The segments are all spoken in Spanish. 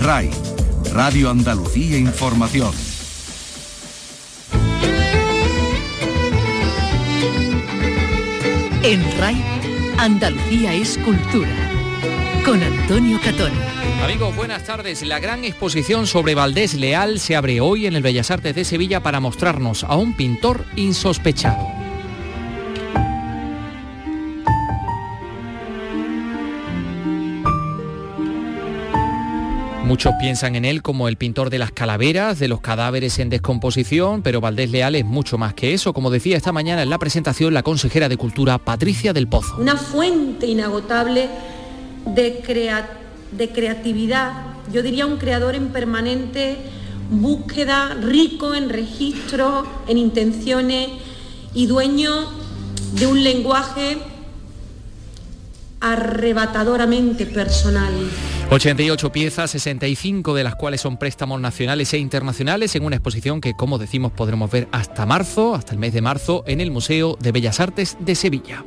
RAI, Radio Andalucía Información. En RAI, Andalucía es cultura, con Antonio Catón. Amigos, buenas tardes. La gran exposición sobre Valdés Leal se abre hoy en el Bellas Artes de Sevilla para mostrarnos a un pintor insospechado. Muchos piensan en él como el pintor de las calaveras, de los cadáveres en descomposición, pero Valdés Leal es mucho más que eso. Como decía esta mañana en la presentación la consejera de Cultura, Patricia del Pozo. Una fuente inagotable de creatividad, yo diría un creador en permanente búsqueda, rico en registros, en intenciones y dueño de un lenguaje arrebatadoramente personal. 88 piezas, 65 de las cuales son préstamos nacionales e internacionales en una exposición que, como decimos, podremos ver hasta marzo, hasta el mes de marzo, en el Museo de Bellas Artes de Sevilla.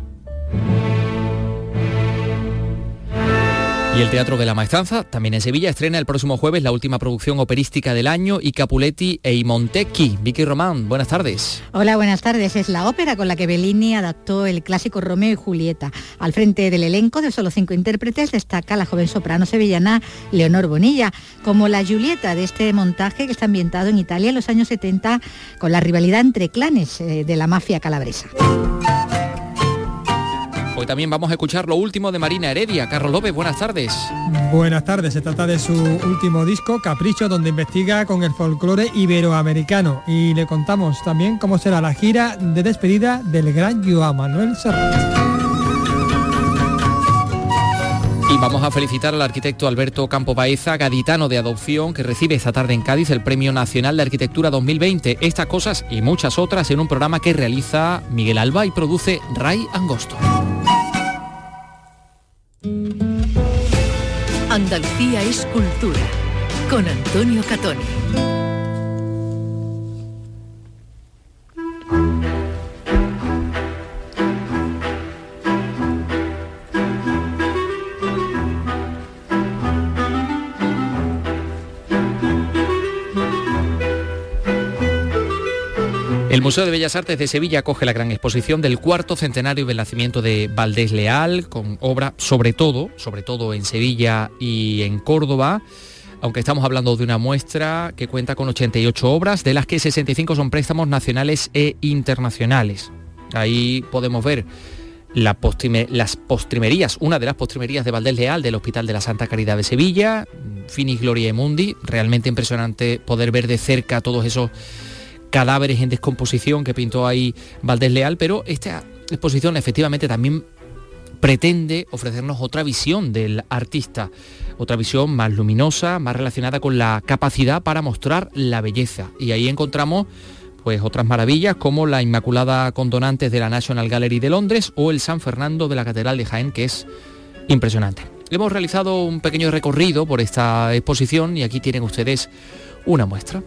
Y el Teatro de la Maestranza, también en Sevilla, estrena el próximo jueves la última producción operística del año, I Capuletti e I Montecchi. Vicky Román, buenas tardes. Hola, buenas tardes. Es la ópera con la que Bellini adaptó el clásico Romeo y Julieta. Al frente del elenco de solo 5 intérpretes destaca la joven soprano sevillana Leonor Bonilla, como la Julieta de este montaje que está ambientado en Italia en los años 70 con la rivalidad entre clanes de la mafia calabresa. Hoy también vamos a escuchar lo último de Marina Heredia. Carlos López, buenas tardes. Buenas tardes, se trata de su último disco, Capricho, donde investiga con el folclore iberoamericano. Y le contamos también cómo será la gira de despedida del gran Joan Manuel Serrat. Y vamos a felicitar al arquitecto Alberto Campo Baeza, gaditano de adopción, que recibe esta tarde en Cádiz el Premio Nacional de Arquitectura 2020. Estas cosas y muchas otras en un programa que realiza Miguel Alba y produce Ray Angosto. Andalucía es cultura, con Antonio Catón. El Museo de Bellas Artes de Sevilla acoge la gran exposición del 4º centenario del nacimiento de Valdés Leal, con obra sobre todo en Sevilla y en Córdoba, aunque estamos hablando de una muestra que cuenta con 88 obras, de las que 65 son préstamos nacionales e internacionales. Ahí podemos ver las postrimerías, una de las postrimerías de Valdés Leal del Hospital de la Santa Caridad de Sevilla, Finis Gloriae Mundi. Realmente impresionante poder ver de cerca todos esos cadáveres en descomposición que pintó ahí Valdés Leal, pero esta exposición efectivamente también pretende ofrecernos otra visión del artista, otra visión más luminosa, más relacionada con la capacidad para mostrar la belleza. Y ahí encontramos pues otras maravillas como la Inmaculada con donantes de la National Gallery de Londres o el San Fernando de la Catedral de Jaén, que es impresionante. Hemos realizado un pequeño recorrido por esta exposición y aquí tienen ustedes una muestra.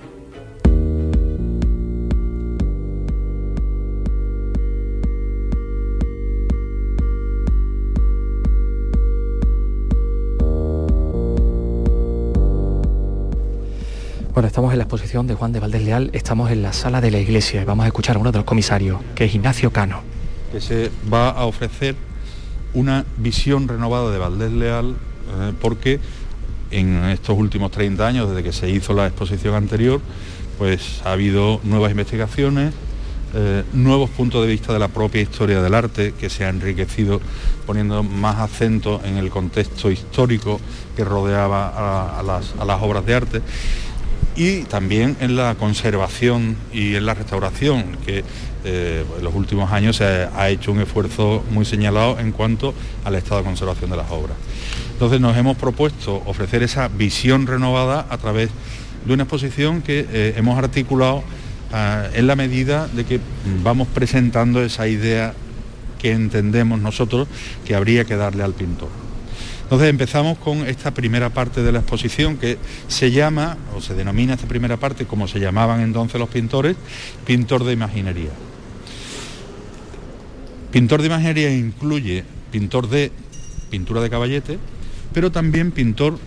Bueno, estamos en la exposición de Juan de Valdés Leal, estamos en la sala de la iglesia y vamos a escuchar a uno de los comisarios, que es Ignacio Cano. Que se va a ofrecer una visión renovada de Valdés Leal, porque en estos últimos 30 años, desde que se hizo la exposición anterior, pues ha habido nuevas investigaciones, nuevos puntos de vista de la propia historia del arte, que se ha enriquecido poniendo más acento en el contexto histórico que rodeaba a las obras de arte, y también en la conservación y en la restauración, que en los últimos años se ha hecho un esfuerzo muy señalado en cuanto al estado de conservación de las obras. Entonces nos hemos propuesto ofrecer esa visión renovada a través de una exposición que hemos articulado en la medida de que vamos presentando esa idea que entendemos nosotros que habría que darle al pintor. Entonces empezamos con esta primera parte de la exposición que se llama, o se denomina esta primera parte, como se llamaban entonces los pintores, pintor de imaginería. Pintor de imaginería incluye pintor de pintura de caballete, pero también pintor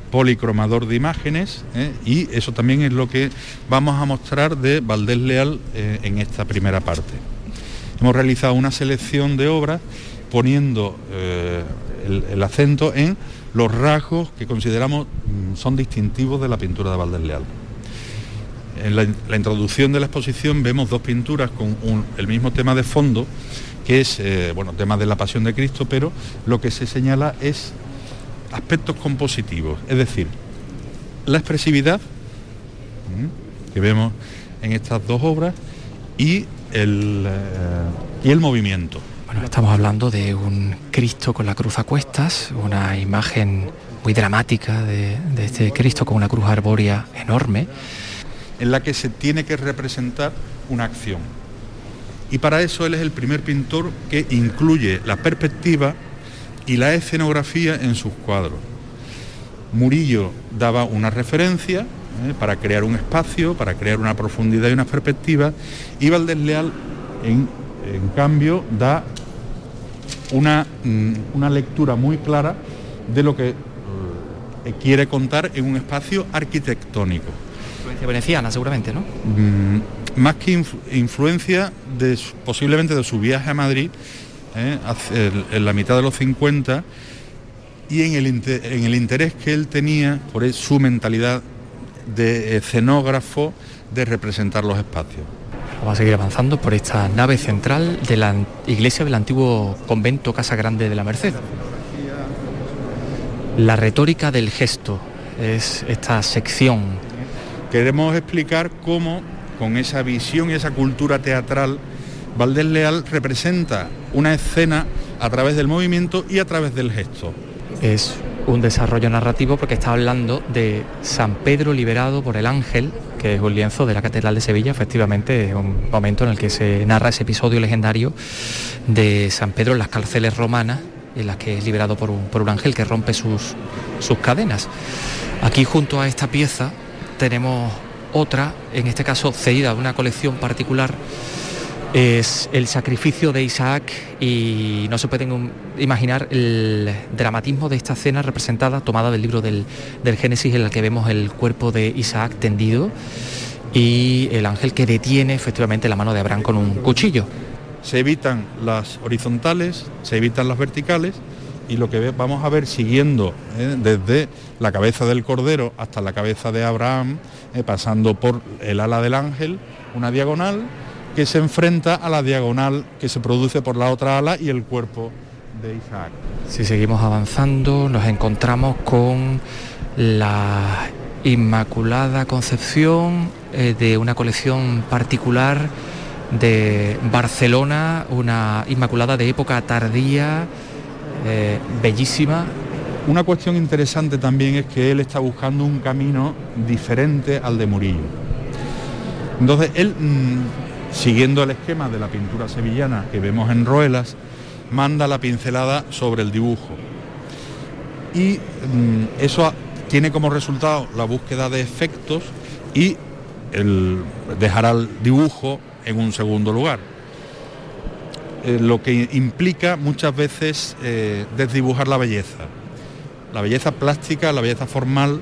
policromador de imágenes, y eso también es lo que vamos a mostrar de Valdés Leal en esta primera parte. Hemos realizado una selección de obras poniendo el acento en los rasgos que consideramos son distintivos de la pintura de Valdés Leal. En la introducción de la exposición vemos dos pinturas con el mismo tema de fondo, que es tema de la Pasión de Cristo, pero lo que se señala es aspectos compositivos, es decir, la expresividad que vemos en estas dos obras y el movimiento. Bueno, estamos hablando de un Cristo con la cruz a cuestas, una imagen muy dramática de este Cristo con una cruz arbórea enorme, en la que se tiene que representar una acción. Y para eso él es el primer pintor que incluye la perspectiva y la escenografía en sus cuadros. Murillo daba una referencia para crear un espacio, para crear una profundidad y una perspectiva, y Valdés Leal, en cambio, da una lectura muy clara de lo que quiere contar en un espacio arquitectónico. Influencia veneciana, seguramente, ¿no? Más que influencia posiblemente de su viaje a Madrid en la mitad de los 50, y en el interés que él tenía por su mentalidad de escenógrafo, de representar los espacios. Vamos a seguir avanzando por esta nave central de la iglesia del antiguo convento Casa Grande de la Merced. La retórica del gesto es esta sección. Queremos explicar cómo, con esa visión y esa cultura teatral, Valdés Leal representa una escena a través del movimiento y a través del gesto. Es un desarrollo narrativo porque está hablando de San Pedro liberado por el ángel, que es un lienzo de la Catedral de Sevilla. Efectivamente, es un momento en el que se narra ese episodio legendario de San Pedro en las cárceles romanas, en las que es liberado por un ángel que rompe sus cadenas. Aquí, junto a esta pieza, tenemos otra, en este caso cedida a una colección particular. Es el sacrificio de Isaac, y no se pueden imaginar el dramatismo de esta escena representada, tomada del libro del Génesis, en el que vemos el cuerpo de Isaac tendido y el ángel que detiene efectivamente la mano de Abraham con un cuchillo. Se evitan las horizontales, se evitan las verticales, y lo que vamos a ver siguiendo desde la cabeza del cordero hasta la cabeza de Abraham, pasando por el ala del ángel, una diagonal que se enfrenta a la diagonal que se produce por la otra ala y el cuerpo de Isaac. Si seguimos avanzando, nos encontramos con la Inmaculada Concepción de una colección particular de Barcelona, una Inmaculada de época tardía, bellísima. Una cuestión interesante también es que él está buscando un camino diferente al de Murillo. Entonces él, siguiendo el esquema de la pintura sevillana que vemos en Roelas, manda la pincelada sobre el dibujo, y eso tiene como resultado la búsqueda de efectos y el dejar al dibujo en un segundo lugar, lo que implica muchas veces desdibujar la belleza plástica, la belleza formal,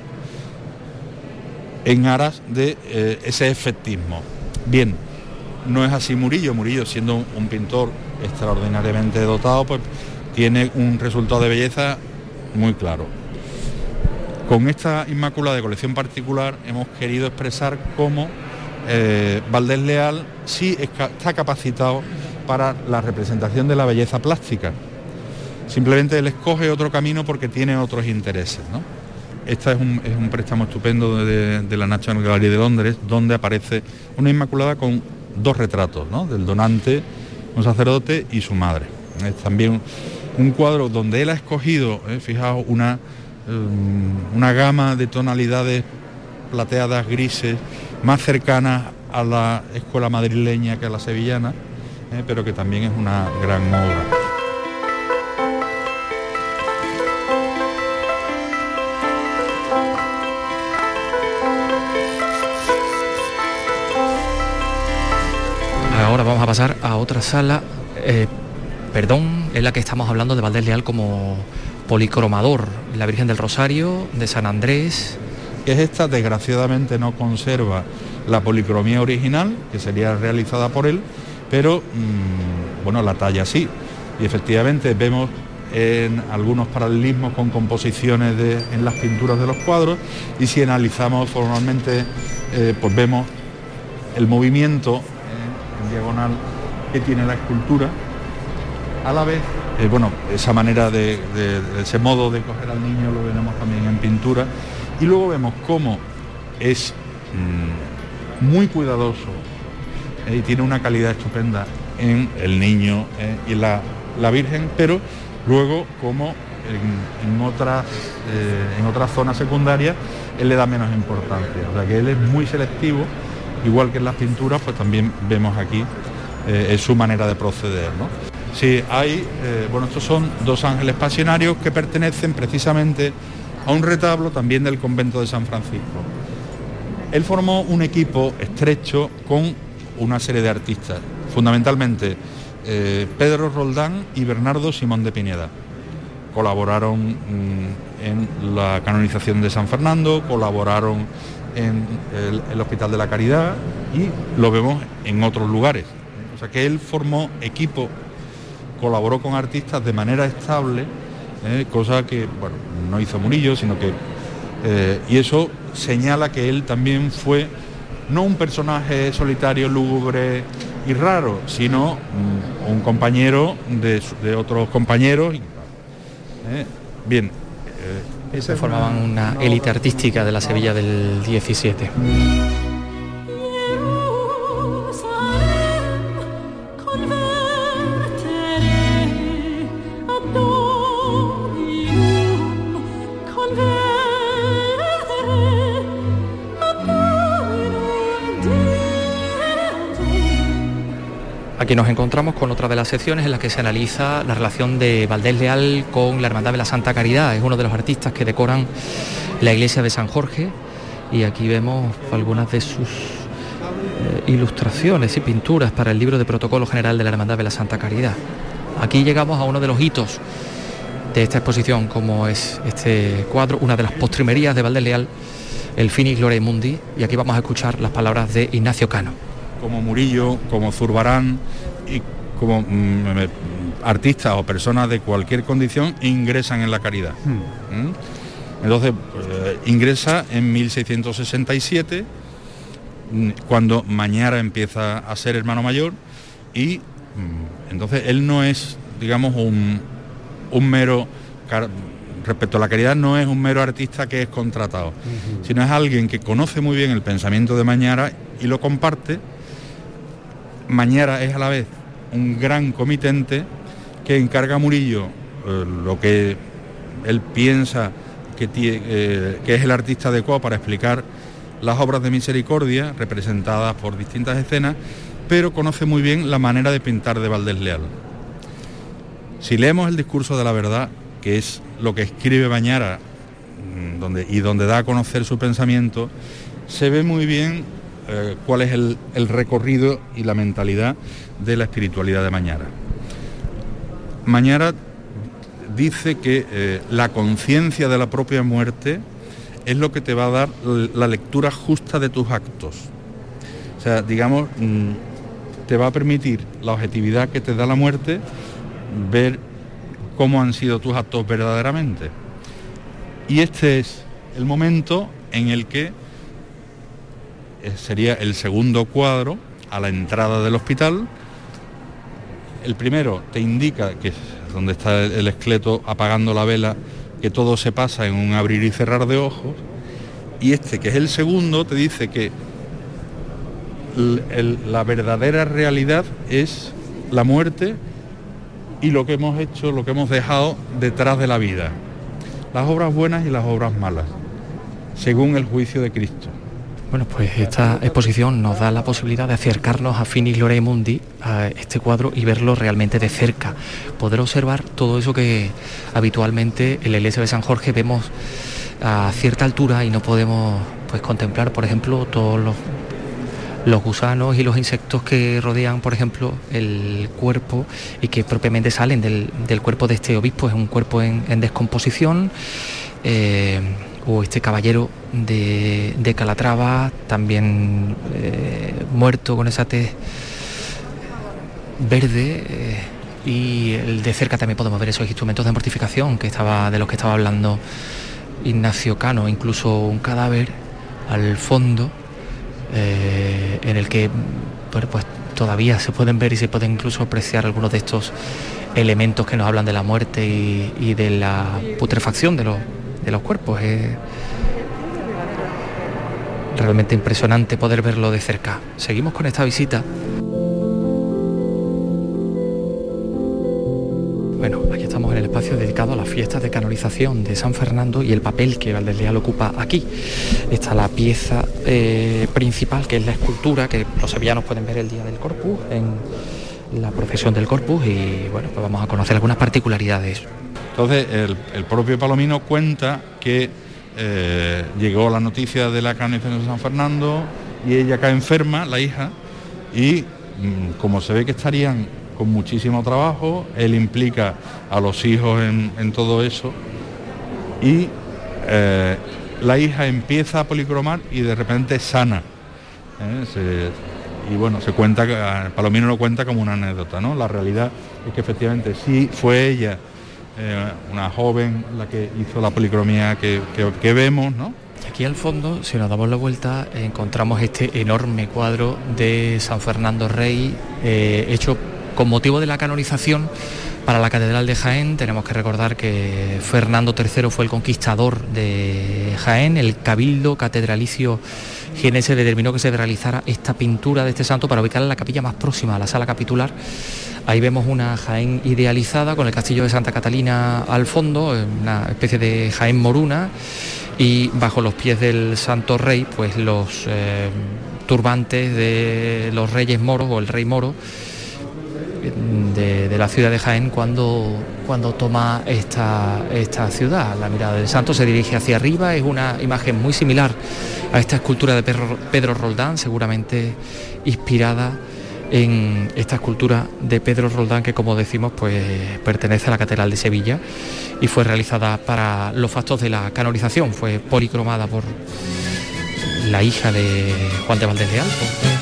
en aras de ese efectismo. Bien, no es así Murillo. Murillo, siendo un pintor extraordinariamente dotado, pues tiene un resultado de belleza muy claro. Con esta Inmaculada de colección particular hemos querido expresar cómo Valdés Leal sí está capacitado para la representación de la belleza plástica. Simplemente él escoge otro camino porque tiene otros intereses, ¿no? Este es un préstamo estupendo de la National Gallery de Londres, donde aparece una Inmaculada con dos retratos, ¿no?, del donante, un sacerdote y su madre. Es también un cuadro donde él ha escogido, fijaos, una gama de tonalidades plateadas, grises, más cercanas a la escuela madrileña que a la sevillana, pero que también es una gran obra. Ahora vamos a pasar a otra sala, en la que estamos hablando de Valdés Leal como policromador, la Virgen del Rosario, de San Andrés. Esta desgraciadamente no conserva la policromía original, que sería realizada por él, pero bueno, la talla sí. Y efectivamente vemos en algunos paralelismos con composiciones en las pinturas de los cuadros, y si analizamos formalmente, pues vemos el movimiento en diagonal que tiene la escultura, a la vez, bueno, esa manera de ese modo de coger al niño lo veremos también en pintura, y luego vemos cómo es muy cuidadoso y tiene una calidad estupenda en el niño y la Virgen, pero luego como en otras zonas secundarias él le da menos importancia, o sea que él es muy selectivo, igual que en las pinturas, pues también vemos aquí su manera de proceder, ¿no? Sí, hay, bueno, estos son 2 ángeles pasionarios que pertenecen precisamente a un retablo también del convento de San Francisco. Él formó un equipo estrecho con una serie de artistas, fundamentalmente Pedro Roldán y Bernardo Simón de Pineda. Colaboraron en la canonización de San Fernando, colaboraron en el Hospital de la Caridad y lo vemos en otros lugares. O sea que él formó equipo, colaboró con artistas de manera estable, cosa que, bueno, no hizo Murillo, sino que... y eso señala que él también fue no un personaje solitario, lúgubre y raro, sino un compañero de otros compañeros. Bien. Se formaban una élite artística de la Sevilla del 17. Aquí nos encontramos con otra de las secciones en la que se analiza la relación de Valdés Leal con la Hermandad de la Santa Caridad. Es uno de los artistas que decoran la iglesia de San Jorge y aquí vemos algunas de sus ilustraciones y pinturas para el libro de protocolo general de la Hermandad de la Santa Caridad. Aquí llegamos a uno de los hitos de esta exposición, como es este cuadro, una de las postrimerías de Valdés Leal, el Finis Gloria Mundi, y aquí vamos a escuchar las palabras de Ignacio Cano. Como Murillo, como Zurbarán y como artistas o personas de cualquier condición ingresan en la caridad. Entonces ingresa en 1667, cuando Mañara empieza a ser hermano mayor, y entonces él no es, digamos, un mero, respecto a la caridad, no es un mero artista que es contratado, sino es alguien que conoce muy bien el pensamiento de Mañara y lo comparte. Mañara es a la vez un gran comitente que encarga a Murillo lo que él piensa que es el artista adecuado para explicar las obras de misericordia representadas por distintas escenas, pero conoce muy bien la manera de pintar de Valdés Leal. Si leemos el discurso de la verdad, que es lo que escribe Mañara, donde da a conocer su pensamiento, se ve muy bien cuál es el recorrido y la mentalidad de la espiritualidad de Mañara. Mañara dice que la conciencia de la propia muerte es lo que te va a dar la lectura justa de tus actos. O sea, digamos, te va a permitir la objetividad que te da la muerte, ver cómo han sido tus actos verdaderamente. Y este es el momento en el que sería el segundo cuadro, a la entrada del hospital. El primero te indica, que es donde está el esqueleto apagando la vela, que todo se pasa en un abrir y cerrar de ojos, y este, que es el segundo, te dice que la verdadera realidad es la muerte y lo que hemos hecho, lo que hemos dejado detrás de la vida, las obras buenas y las obras malas, según el juicio de Cristo. Bueno, pues esta exposición nos da la posibilidad de acercarnos a Finis Gloria Mundi, a este cuadro, y verlo realmente de cerca, poder observar todo eso que habitualmente en la iglesia de San Jorge vemos a cierta altura y no podemos, pues, contemplar, por ejemplo, todos los gusanos y los insectos que rodean, por ejemplo, el cuerpo y que propiamente salen del cuerpo de este obispo. Es un cuerpo en descomposición, o este caballero de Calatrava, también muerto con esa tez verde, y el de cerca también podemos ver esos instrumentos de mortificación de los que estaba hablando Ignacio Cano, incluso un cadáver al fondo, en el que pues todavía se pueden ver y se pueden incluso apreciar algunos de estos elementos que nos hablan de la muerte y de la putrefacción de los cuerpos. Es realmente impresionante poder verlo de cerca. Seguimos con esta visita. Bueno, aquí estamos en el espacio dedicado a las fiestas de canonización de San Fernando y el papel que Valdés Leal ocupa aquí. Está la pieza principal, que es la escultura que los sevillanos pueden ver el día del Corpus, en la procesión del Corpus, y bueno, pues vamos a conocer algunas particularidades. Entonces el propio Palomino cuenta que llegó la noticia de la canonización de San Fernando y ella cae enferma, la hija, y como se ve que estarían con muchísimo trabajo, él implica a los hijos en todo eso, y la hija empieza a policromar y de repente sana. Y bueno, se cuenta, Palomino lo cuenta como una anécdota, ¿no? La realidad es que efectivamente sí fue ella, una joven, la que hizo la policromía que vemos, ¿no? Aquí al fondo, si nos damos la vuelta, encontramos este enorme cuadro de San Fernando Rey, hecho con motivo de la canonización para la Catedral de Jaén. Tenemos que recordar que Fernando III fue el conquistador de Jaén. El Cabildo Catedralicio jienense determinó que se realizara esta pintura de este santo para ubicarla en la capilla más próxima a la sala capitular. Ahí vemos una Jaén idealizada con el castillo de Santa Catalina al fondo, una especie de Jaén moruna, y bajo los pies del Santo Rey, pues los turbantes de los reyes moros o el rey moro de la ciudad de Jaén cuando toma esta ciudad. La mirada del santo se dirige hacia arriba, es una imagen muy similar a esta escultura de Pedro Roldán, seguramente inspirada en esta escultura de Pedro Roldán, que, como decimos, pues pertenece a la Catedral de Sevilla y fue realizada para los fastos de la canonización. Fue policromada por la hija de Juan de Valdés Leal.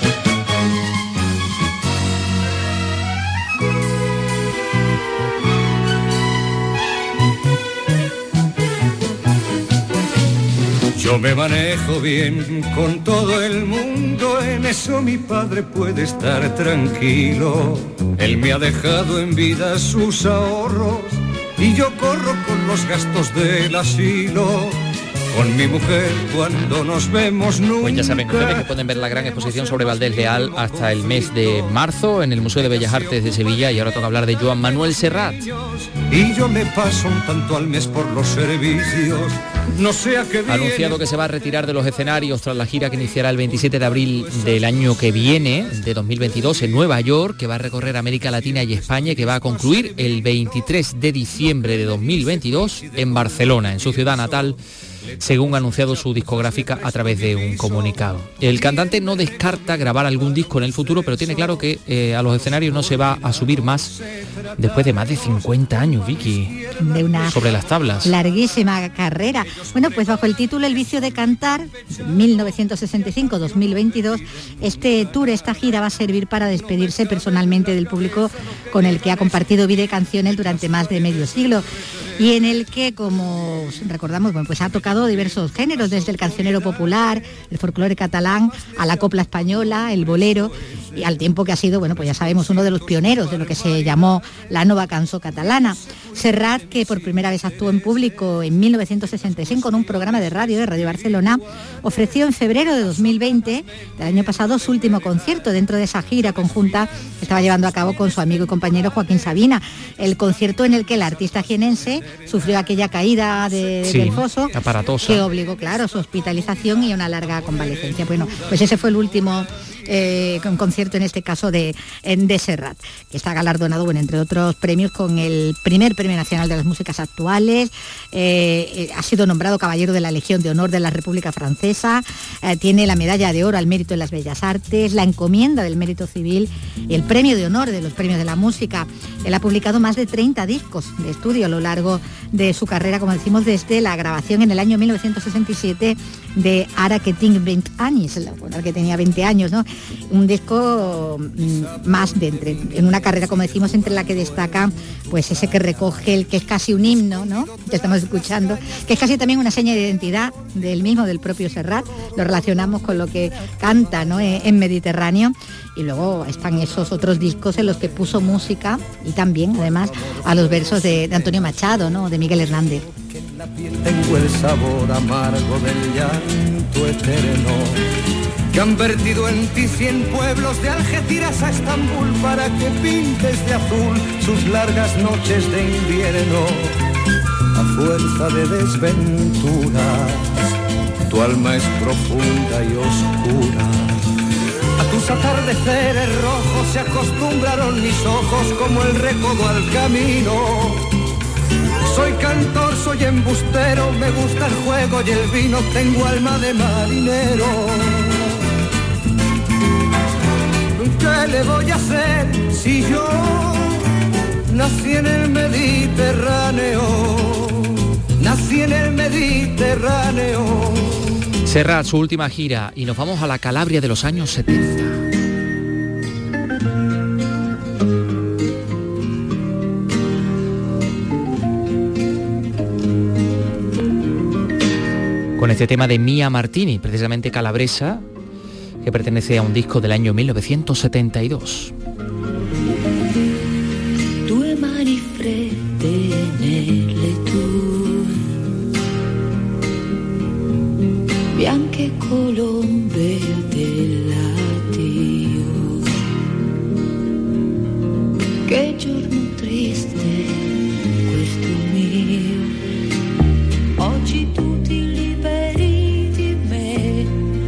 Yo me manejo bien con todo el mundo, en eso mi padre puede estar tranquilo. Él me ha dejado en vida sus ahorros y yo corro con los gastos del asilo. Con mi mujer cuando nos vemos nunca. Pues ya saben ustedes que pueden ver la gran exposición sobre Valdés Leal hasta el mes de marzo en el Museo de Bellas Artes de Sevilla. Y ahora toca hablar de Joan Manuel Serrat. Y yo me paso un tanto al mes por los servicios. No sé a qué viene. Ha anunciado que se va a retirar de los escenarios tras la gira que iniciará el 27 de abril del año que viene, de 2022, en Nueva York, que va a recorrer América Latina y España, y que va a concluir el 23 de diciembre de 2022 en Barcelona, en su ciudad natal, según ha anunciado su discográfica a través de un comunicado. El cantante no descarta grabar algún disco en el futuro, pero tiene claro que a los escenarios no se va a subir más después de más de 50 años, Vicky, de una sobre las tablas. Larguísima carrera. Bueno, pues bajo el título El vicio de cantar, 1965-2022, este tour, esta gira va a servir para despedirse personalmente del público con el que ha compartido vida y canciones durante más de medio siglo, y en el que, como recordamos, bueno, pues ha tocado diversos géneros, desde el cancionero popular, el folclore catalán, a la copla española, el bolero, y al tiempo que ha sido, bueno, pues ya sabemos, uno de los pioneros de lo que se llamó la nova cançó catalana. Serrat, que por primera vez actuó en público en 1965 en un programa de Radio Barcelona, ofreció en febrero de 2020, del año pasado, su último concierto dentro de esa gira conjunta que estaba llevando a cabo con su amigo y compañero Joaquín Sabina, el concierto en el que el artista jienense sufrió aquella caída del foso, aparatosa, que obligó, claro, su hospitalización y una larga convalecencia. Bueno, pues ese fue el último concierto, en este caso de Serrat, que está galardonado, bueno, entre otros premios, con el primer Premio Nacional de las Músicas Actuales. Ha sido nombrado Caballero de la Legión de Honor de la República Francesa, tiene la Medalla de Oro al Mérito en las Bellas Artes, la Encomienda del Mérito Civil, el Premio de Honor de los Premios de la Música. Él ha publicado más de 30 discos de estudio a lo largo de su carrera, como decimos, desde la grabación en el año 1967 de Ara que tinc 20 años, que tenía 20 años, ¿no? Un disco más en una carrera, como decimos, entre la que destaca pues ese que recoge el que es casi un himno, ¿no?, que estamos escuchando, que es casi también una seña de identidad del mismo, del propio Serrat. Lo relacionamos con lo que canta, ¿no?, en Mediterráneo. Y luego están esos otros discos en los que puso música, y también, además, a los versos de Antonio Machado, ¿no?, de Miguel Hernández. Tengo el sabor amargo del llanto eterno, que han vertido en ti 100 pueblos, de Algeciras a Estambul, para que pintes de azul sus largas noches de invierno. A fuerza de desventuras, tu alma es profunda y oscura. A tus atardeceres rojos se acostumbraron mis ojos, como el recodo al camino. Soy cantor, soy embustero, me gusta el juego y el vino, tengo alma de marinero. ¿Qué le voy a hacer si yo nací en el Mediterráneo? Nací en el Mediterráneo. Serrat, su última gira, y nos vamos a la Calabria de los años 70. Con este tema de Mia Martini, precisamente calabresa, que pertenece a un disco del año 1972. Due mani fredde nelle tue, bianche colombe dell'addio. Che giorno triste questo mio, oggi tu ti liberi di me,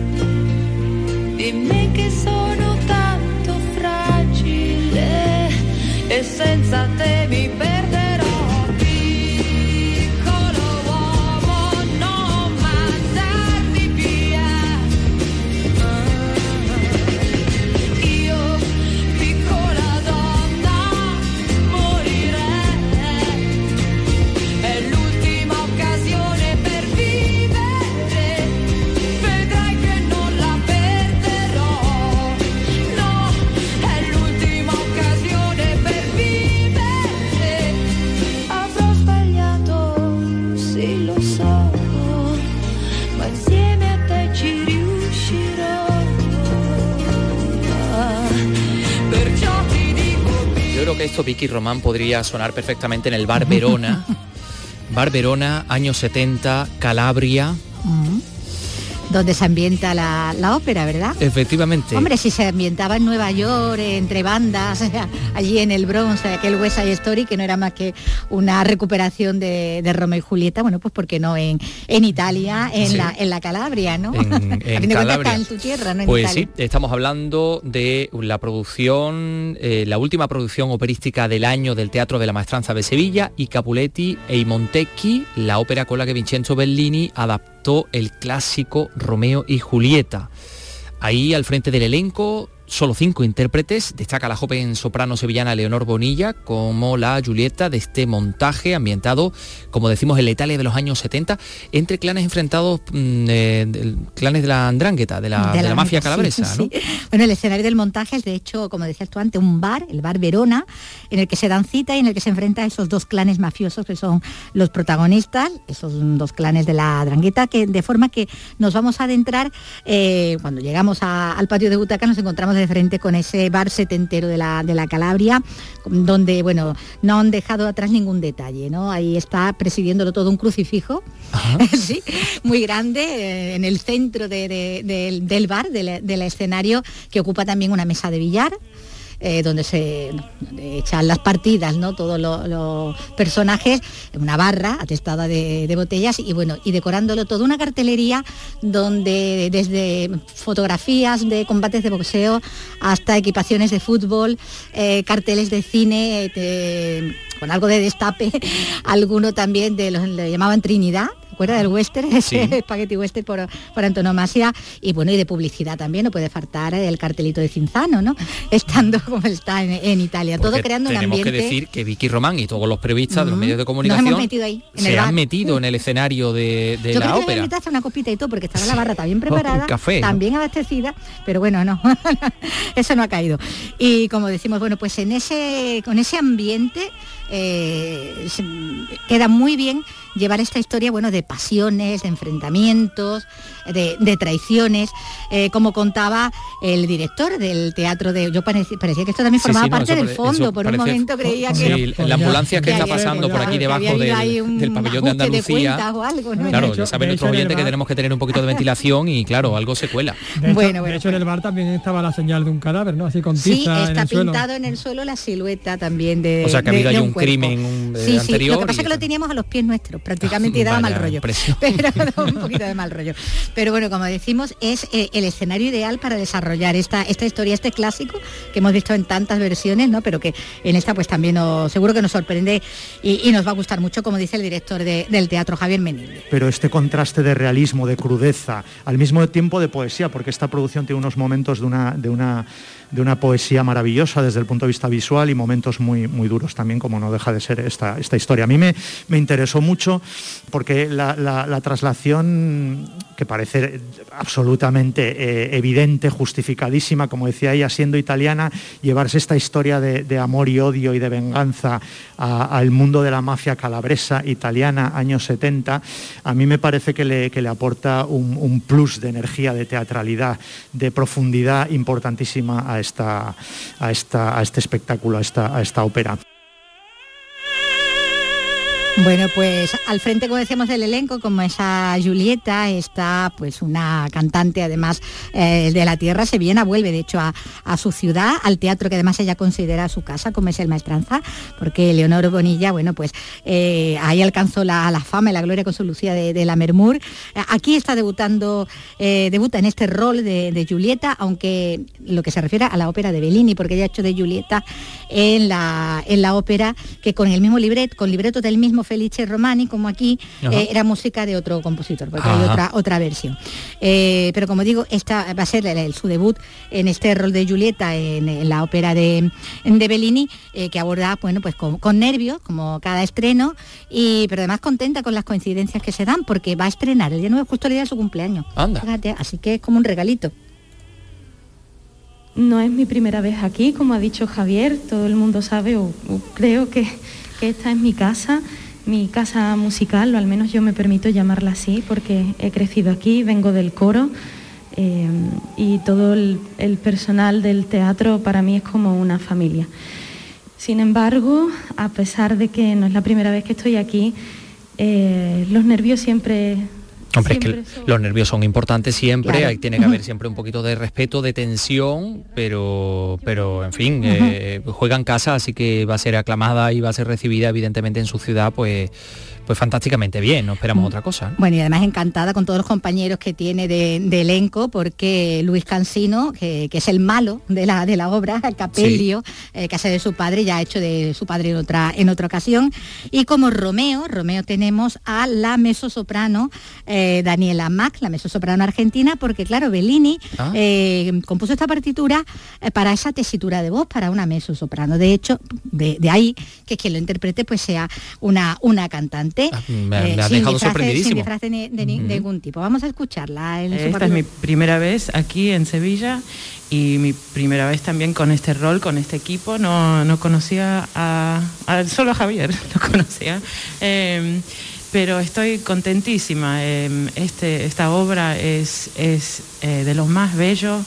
dimmi che sono tanto fragile e senza te mi perderò. Piccolo uomo, non mandarmi via. Io, piccola donna, morirei. È l'ultima occasione per vivere, vedrai che non la perderò. No, è l'ultima occasione per vivere. Avrò sbagliato, sì lo so, ma insieme a te ci riuscirò. Perciò ti dico, Yo creo que esto, Vicky Román, podría sonar perfectamente en el Bar Verona. Bar Verona, años 70, Calabria. Donde se ambienta la ópera, ¿verdad? Efectivamente. Hombre, si se ambientaba en Nueva York, entre bandas, allí en el Bronx, aquel West Side Story, que no era más que una recuperación de Romeo y Julieta, bueno, pues ¿por qué no en Italia, en la Calabria, ¿no? En Calabria. En tu tierra, ¿no? En Pues Italia. sí, estamos hablando de la producción, la última producción operística del año del Teatro de la Maestranza de Sevilla, y Capuletti e Montecchi, la ópera con la que Vincenzo Bellini adaptó el clásico Romeo y Julieta. Ahí al frente del elenco, solo 5 intérpretes. Destaca la joven soprano sevillana Leonor Bonilla como la Julieta de este montaje ambientado, como decimos, en la Italia de los años 70, entre clanes enfrentados, clanes de la Ndrangheta, de la mafia calabresa, sí, ¿no? Sí. Bueno, el escenario del montaje es, de hecho, como decías tú antes, un bar, el Bar Verona, en el que se dan cita y en el que se enfrentan esos dos clanes mafiosos que son los protagonistas, esos dos clanes de la Ndrangheta, que de forma que nos vamos a adentrar, cuando llegamos al patio de butaca nos encontramos de frente con ese bar setentero de la Calabria, donde, bueno, no han dejado atrás ningún detalle, ¿no? Ahí está presidiéndolo todo un crucifijo, sí, muy grande, en el centro del bar, del escenario, que ocupa también una mesa de billar. donde se echan las partidas, ¿no? Todos los personajes, una barra atestada de botellas y bueno, y decorándolo todo, una cartelería donde desde fotografías de combates de boxeo hasta equipaciones de fútbol, carteles de cine, con algo de destape, alguno también de los le llamaban Trinidad, ¿te acuerdas del western? Ese spaghetti western por antonomasia, y bueno, y de publicidad también, no puede faltar el cartelito de Cinzano, ¿no? Estando como está en Italia, todo creando un ambiente. Tenemos que decir que Vicky Román y todos los periodistas de los medios de comunicación nos hemos metido ahí, se han metido en el escenario de Yo la creo ópera. Que invitaste una copita y todo, porque estaba la barra también preparada, un café, también abastecida, pero bueno, no, eso no ha caído. Y como decimos, bueno, pues con ese ambiente queda muy bien llevar esta historia, bueno, de pasiones, de enfrentamientos, de traiciones, como contaba el director del teatro yo parecía que esto también formaba parte del fondo, por un momento creía que... Sí, la ambulancia que está pasando por aquí debajo del pabellón de Andalucía, o algo, ¿no? Claro, ya saben nuestros oyentes que tenemos que tener un poquito de ventilación y claro, algo se cuela. De hecho en el bar también estaba la señal de un cadáver, ¿no? Así con tiza. Sí, está en el pintado en el suelo la silueta también de... O sea que ha habido ahí un cuerpo. crimen Sí, anterior. lo que pasa es que lo teníamos a los pies nuestros, prácticamente, y daba mal rollo. Pero daba un poquito de mal rollo. Pero bueno, como decimos, es el escenario ideal para desarrollar esta historia, este clásico que hemos visto en tantas versiones, ¿no? Pero que en esta pues también seguro que nos sorprende y nos va a gustar mucho, como dice el director del teatro, Javier Menilde. Pero este contraste de realismo, de crudeza, al mismo tiempo de poesía, porque esta producción tiene unos momentos de una poesía maravillosa desde el punto de vista visual y momentos muy, muy duros también, como no deja de ser esta historia. A mí me interesó mucho porque la traslación, que parece absolutamente evidente, justificadísima, como decía ella, siendo italiana, llevarse esta historia de amor y odio y de venganza al mundo de la mafia calabresa italiana, años 70, a mí me parece que le aporta un plus de energía, de teatralidad, de profundidad importantísima a este espectáculo, a esta ópera. Bueno, pues al frente, como decíamos, del elenco, como esa Julieta, está pues una cantante además de la tierra sevillana, vuelve de hecho a su ciudad, al teatro que además ella considera su casa, como es el Maestranza, porque Leonor Bonilla, bueno, pues ahí alcanzó la fama y la gloria con su Lucía de Lammermoor. Aquí está debuta en este rol de Julieta, aunque lo que se refiere a la ópera de Bellini, porque ella ha hecho de Julieta en la ópera que con el mismo libreto del mismo Felice Romani, como aquí, era música de otro compositor, porque hay otra versión. Pero como digo, esta va a ser su debut en este rol de Julieta en la ópera de Bellini, que aborda, bueno, pues con nervios, como cada estreno, pero además contenta con las coincidencias que se dan, porque va a estrenar el día 9, justo el día de su cumpleaños. Anda. Fíjate, así que es como un regalito. No es mi primera vez aquí, como ha dicho Javier, todo el mundo sabe, o creo que esta es mi casa musical, o al menos yo me permito llamarla así, porque he crecido aquí, vengo del coro, y todo el personal del teatro para mí es como una familia. Sin embargo, a pesar de que no es la primera vez que estoy aquí, los nervios siempre... Hombre, es que los nervios son importantes siempre, claro. Ahí tiene que haber siempre un poquito de respeto, de tensión, pero en fin, juega en casa, así que va a ser aclamada y va a ser recibida evidentemente en su ciudad, pues fantásticamente bien, no esperamos otra cosa, ¿no? Bueno, y además encantada con todos los compañeros que tiene de elenco, porque Luis Cansino, que es el malo de la obra, el Capellio, sí. Que hace de su padre, ya ha hecho de su padre en otra ocasión, y como Romeo tenemos a la mezzosoprano Daniela Mack, la mezzosoprano argentina, porque claro, Bellini compuso esta partitura para esa tesitura de voz, para una mezzosoprano. De hecho, de ahí que quien lo interprete pues sea una cantante. Me ha dejado sorprendidísimo. Sin disfraz de ningún tipo. Vamos a escucharla. Esta es mi primera vez aquí en Sevilla y mi primera vez también con este rol, con este equipo. No conocía solo a Javier, lo conocía. Pero estoy contentísima. Esta obra es de los más bellos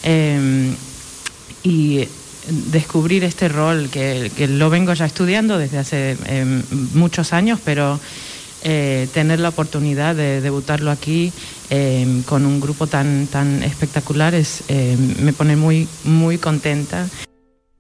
y descubrir este rol que lo vengo ya estudiando desde hace muchos años, pero tener la oportunidad de debutarlo aquí con un grupo tan espectacular me pone muy, muy contenta.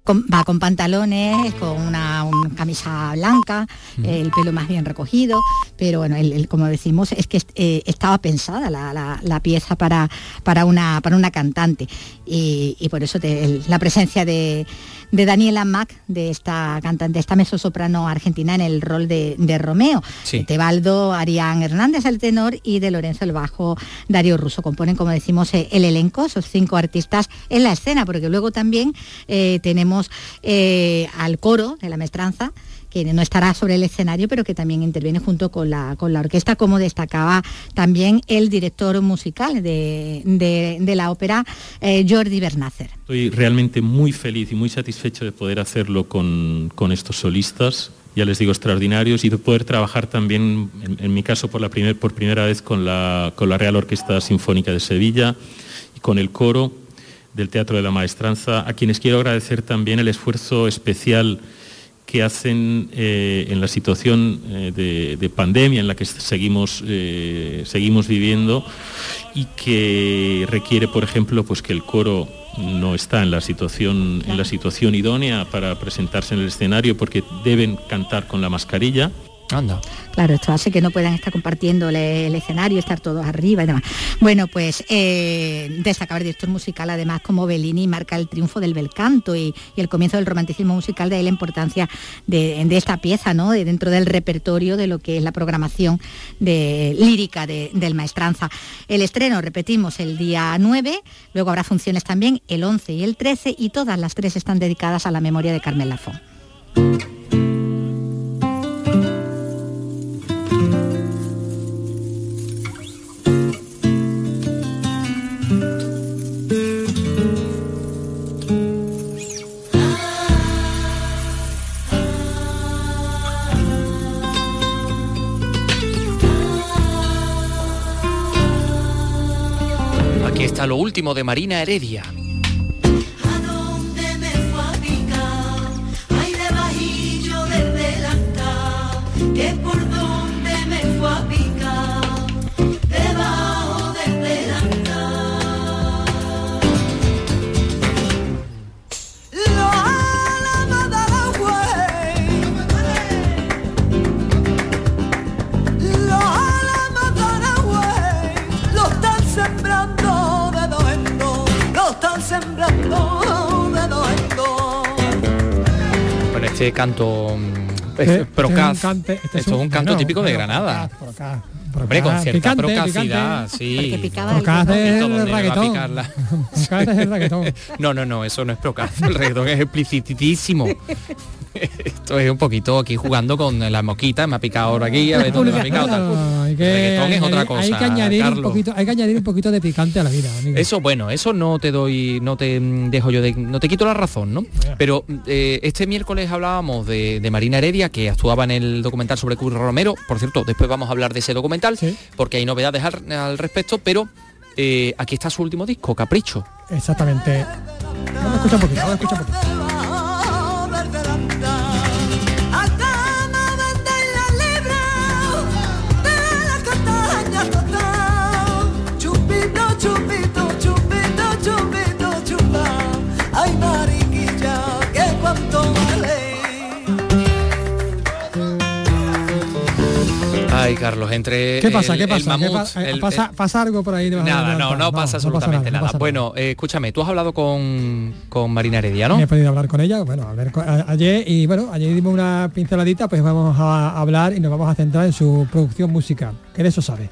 Va con pantalones, con una camisa blanca, el pelo más bien recogido, pero bueno, como decimos, es que estaba pensada la pieza para una cantante y por eso la presencia de Daniela Mac, de esta cantante, esta mezzosoprano argentina en el rol de Romeo, sí. Tebaldo Arián Hernández el tenor y de Lorenzo el bajo, Darío Russo. Componen, como decimos, el elenco, esos 5 artistas en la escena, porque luego también tenemos al coro de la maestranza, que no estará sobre el escenario, pero que también interviene junto con la orquesta, como destacaba también el director musical de la ópera, Jordi Bernácer. Estoy realmente muy feliz y muy satisfecho de poder hacerlo con estos solistas, ya les digo, extraordinarios, y de poder trabajar también, en mi caso, por primera vez con la Real Orquesta Sinfónica de Sevilla y con el coro del Teatro de la Maestranza, a quienes quiero agradecer también el esfuerzo especial que hacen en la situación de pandemia en la que seguimos viviendo y que requiere, por ejemplo, pues que el coro no está en la situación idónea para presentarse en el escenario porque deben cantar con la mascarilla. Anda. Claro, esto hace que no puedan estar compartiendo el escenario, estar todos arriba y demás. Bueno, pues destacaba el director musical, además, como Bellini marca el triunfo del bel canto y el comienzo del romanticismo musical, de ahí la importancia de esta pieza, ¿no? Dentro del repertorio de lo que es la programación lírica del Maestranza. El estreno, repetimos, el día 9, luego habrá funciones también el 11 y el 13, y todas las 3 están dedicadas a la memoria de Carmen Lafón. Aquí está lo último de Marina Heredia. Que por donde me fue a picar, debajo del delantal. Los álamos de la güey, los álamos de la güey, lo están sembrando de dos en dos, lo están sembrando de dos en dos. Bueno, este canto... Procaz. Esto es un canto típico de Granada. Hombre, con cierta procacidad, sí. Procaz es el reggaetón. Procaz es el reggaetón. No, eso no es procaz. El reggaetón es explicitísimo. Esto es un poquito aquí jugando con la moquita, me ha picado ahora aquí, a ver dónde me ha picado tal. El reggaetón es otra cosa. Hay que añadir un poquito de picante a la vida, amigo. Eso, bueno, eso no te quito la razón, ¿no? Pero este miércoles hablábamos de Marina Heredia, que actuaba en el documental sobre Curro Romero. Por cierto, después vamos a hablar de ese documental, ¿sí? Porque hay novedades al respecto, pero aquí está su último disco, Capricho. Exactamente. Vamos a escuchar un poquito. Ay, Carlos, entre... ¿Qué pasa? ¿Pasa algo por ahí? Nada, no pasa absolutamente nada. Bueno, escúchame, tú has hablado con Marina Heredia, ¿no? He podido hablar con ella, bueno, ayer dimos una pinceladita, pues vamos a hablar y nos vamos a centrar en su producción musical, que de eso sabe.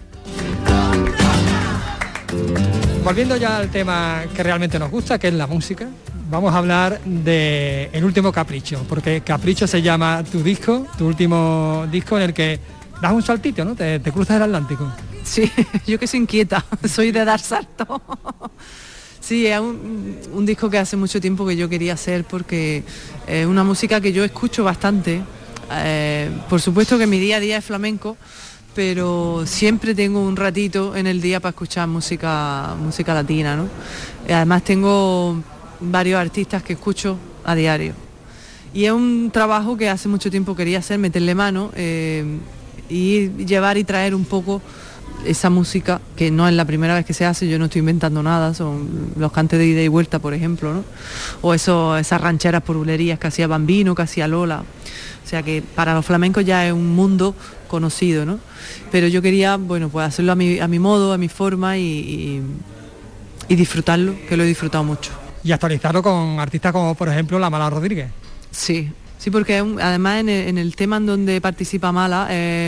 Volviendo ya al tema que realmente nos gusta, que es la música, vamos a hablar de El último capricho, porque Capricho se llama tu disco, tu último disco en el que das un saltito, ¿no? Te cruzas el Atlántico. Sí, yo que soy inquieta, soy de dar salto. Sí, es un disco que hace mucho tiempo que yo quería hacer porque es una música que yo escucho bastante. Por supuesto que mi día a día es flamenco, pero siempre tengo un ratito en el día para escuchar música latina, ¿no? Y además tengo varios artistas que escucho a diario. Y es un trabajo que hace mucho tiempo quería hacer, meterle mano, y llevar y traer un poco esa música, que no es la primera vez que se hace, yo no estoy inventando nada, son los cantes de ida y vuelta, por ejemplo, ¿no? O esas rancheras por bulerías que hacía Bambino, que hacía Lola. O sea que para los flamencos ya es un mundo conocido, ¿no? Pero yo quería, bueno, pues hacerlo a mi modo, a mi forma y disfrutarlo, que lo he disfrutado mucho. Y actualizarlo con artistas como, por ejemplo, la Mala Rodríguez. Sí, porque además en el tema en donde participa Mala,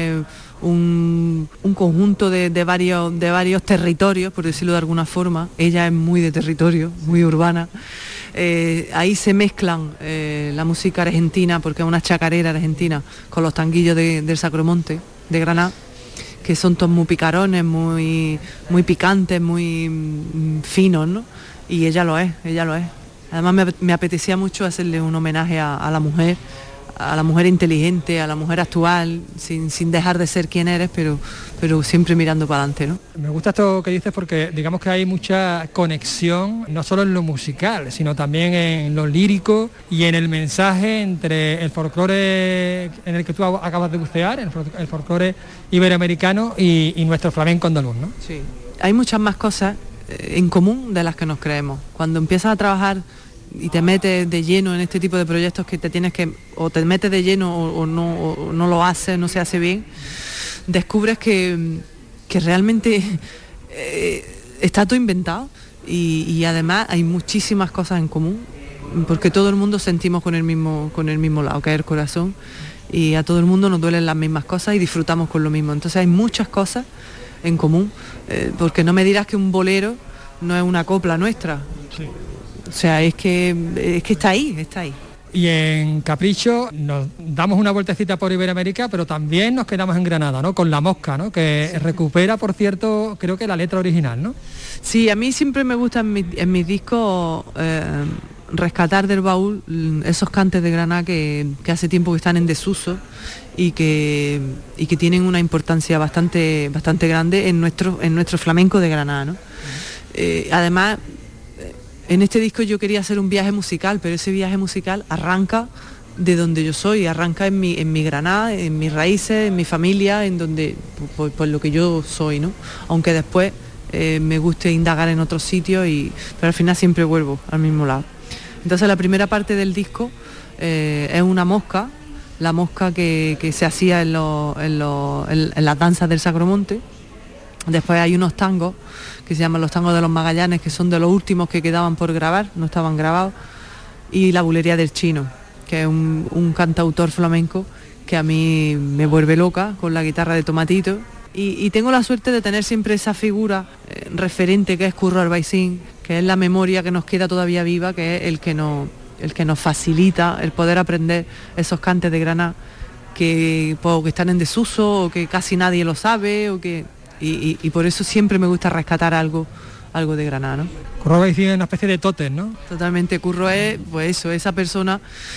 un conjunto de varios territorios, por decirlo de alguna forma. Ella es muy de territorio, muy urbana. Ahí se mezclan la música argentina, porque es una chacarera argentina, con los tanguillos del Sacromonte, de Granada, que son todos muy picarones, muy picantes, muy finos, ¿no? Y ella lo es. Además me apetecía mucho hacerle un homenaje a la mujer inteligente, a la mujer actual, sin dejar de ser quien eres, pero siempre mirando para adelante, ¿no? Me gusta esto que dices porque digamos que hay mucha conexión, no solo en lo musical, sino también en lo lírico y en el mensaje entre el folclore en el que tú acabas de bucear, el folclore iberoamericano y nuestro flamenco andaluz, ¿no? Sí, hay muchas más cosas en común de las que nos creemos. Cuando empiezas a trabajar y te metes de lleno en este tipo de proyectos que o te metes de lleno o no lo haces, no se hace bien, descubres que realmente está todo inventado y además hay muchísimas cosas en común, porque todo el mundo sentimos con el mismo lado, que es el corazón, y a todo el mundo nos duelen las mismas cosas y disfrutamos con lo mismo. Entonces hay muchas cosas en común, porque no me dirás que un bolero no es una copla nuestra. Sí. O sea, es que está ahí. Y en Capricho nos damos una vueltecita por Iberoamérica, pero también nos quedamos en Granada, ¿no? Con La Mosca, ¿no? Que recupera, por cierto, creo que la letra original, ¿no? Sí, a mí siempre me gusta en mis discos rescatar del baúl esos cantes de Granada que hace tiempo que están en desuso y que tienen una importancia bastante grande en nuestro flamenco de Granada, ¿no? Además, en este disco yo quería hacer un viaje musical, pero ese viaje musical arranca de donde yo soy, arranca en mi Granada, en mis raíces, en mi familia, en donde por lo que yo soy, ¿no? Aunque después me guste indagar en otros sitios, pero al final siempre vuelvo al mismo lado. Entonces la primera parte del disco es una mosca, la mosca que se hacía en las danzas del Sacromonte. Después hay unos tangos que se llaman los tangos de los Magallanes, que son de los últimos que quedaban por grabar, no estaban grabados, y la bulería del Chino, que es un cantautor flamenco que a mí me vuelve loca con la guitarra de Tomatito, y tengo la suerte de tener siempre esa figura referente que es Curro Albaicín, que es la memoria que nos queda todavía viva, que es el que nos facilita el poder aprender esos cantes de Granada que están en desuso o que casi nadie lo sabe y por eso siempre me gusta rescatar algo de Granada, ¿no? Curro Albaicín es una especie de tótem, ¿no? Totalmente. Curro es, pues eso, esa persona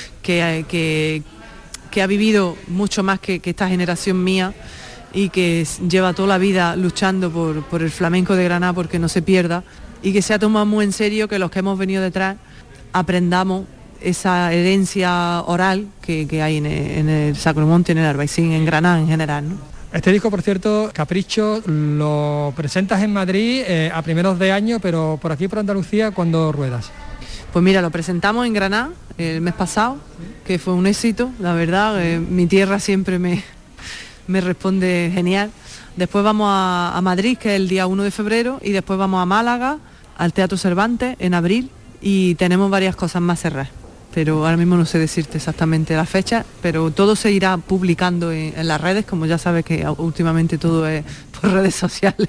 que ha vivido mucho más que esta generación mía y que lleva toda la vida luchando por el flamenco de Granada porque no se pierda, y que se ha tomado muy en serio que los que hemos venido detrás aprendamos esa herencia oral que hay en el Sacromonte, en el Albaicín, en Granada en general, ¿no? Este disco, por cierto, Capricho, lo presentas en Madrid a primeros de año, pero por aquí, por Andalucía, ¿cuándo ruedas? Pues mira, lo presentamos en Granada el mes pasado, que fue un éxito, la verdad. Mi tierra siempre me responde genial. Después vamos a Madrid, que es el día 1 de febrero, y después vamos a Málaga, al Teatro Cervantes, en abril, y tenemos varias cosas más cerradas. Pero ahora mismo no sé decirte exactamente la fecha, pero todo se irá publicando en las redes, como ya sabes que últimamente todo es por redes sociales.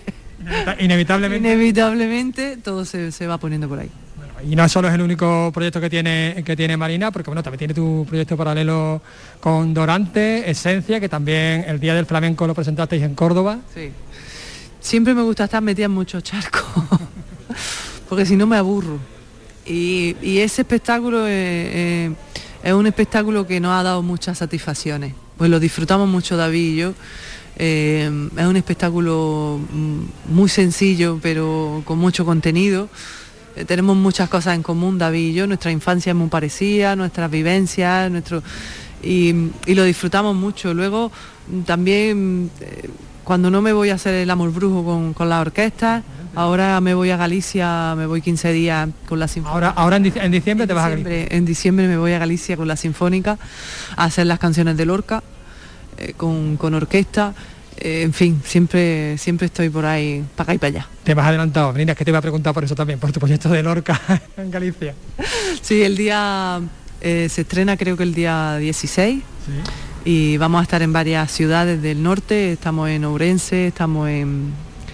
Inevitablemente todo se va poniendo por ahí. Bueno, y no solo es el único proyecto que tiene Marina, porque bueno, también tiene tu proyecto paralelo con Dorante, Esencia, que también el Día del Flamenco lo presentasteis en Córdoba. Sí. Siempre me gusta estar metida en muchos charcos, porque si no me aburro. Y ese espectáculo es un espectáculo que nos ha dado muchas satisfacciones. Pues lo disfrutamos mucho David y yo. Es un espectáculo muy sencillo, pero con mucho contenido. Tenemos muchas cosas en común, David y yo. Nuestra infancia es muy parecida, nuestras vivencias, y lo disfrutamos mucho. Luego también cuando no me voy a hacer el amor brujo con la orquesta, ahora me voy a Galicia, me voy 15 días con la Sinfónica. Ahora en diciembre te vas a Galicia. En diciembre me voy a Galicia con la Sinfónica a hacer las canciones de Lorca, con orquesta. En fin, siempre estoy por ahí, para acá y para allá. Te vas adelantado, Marina, es que te iba a preguntar por eso también, por tu proyecto de Lorca en Galicia. Sí, el día se estrena creo que el día 16, y vamos a estar en varias ciudades del norte, estamos en Ourense, estamos en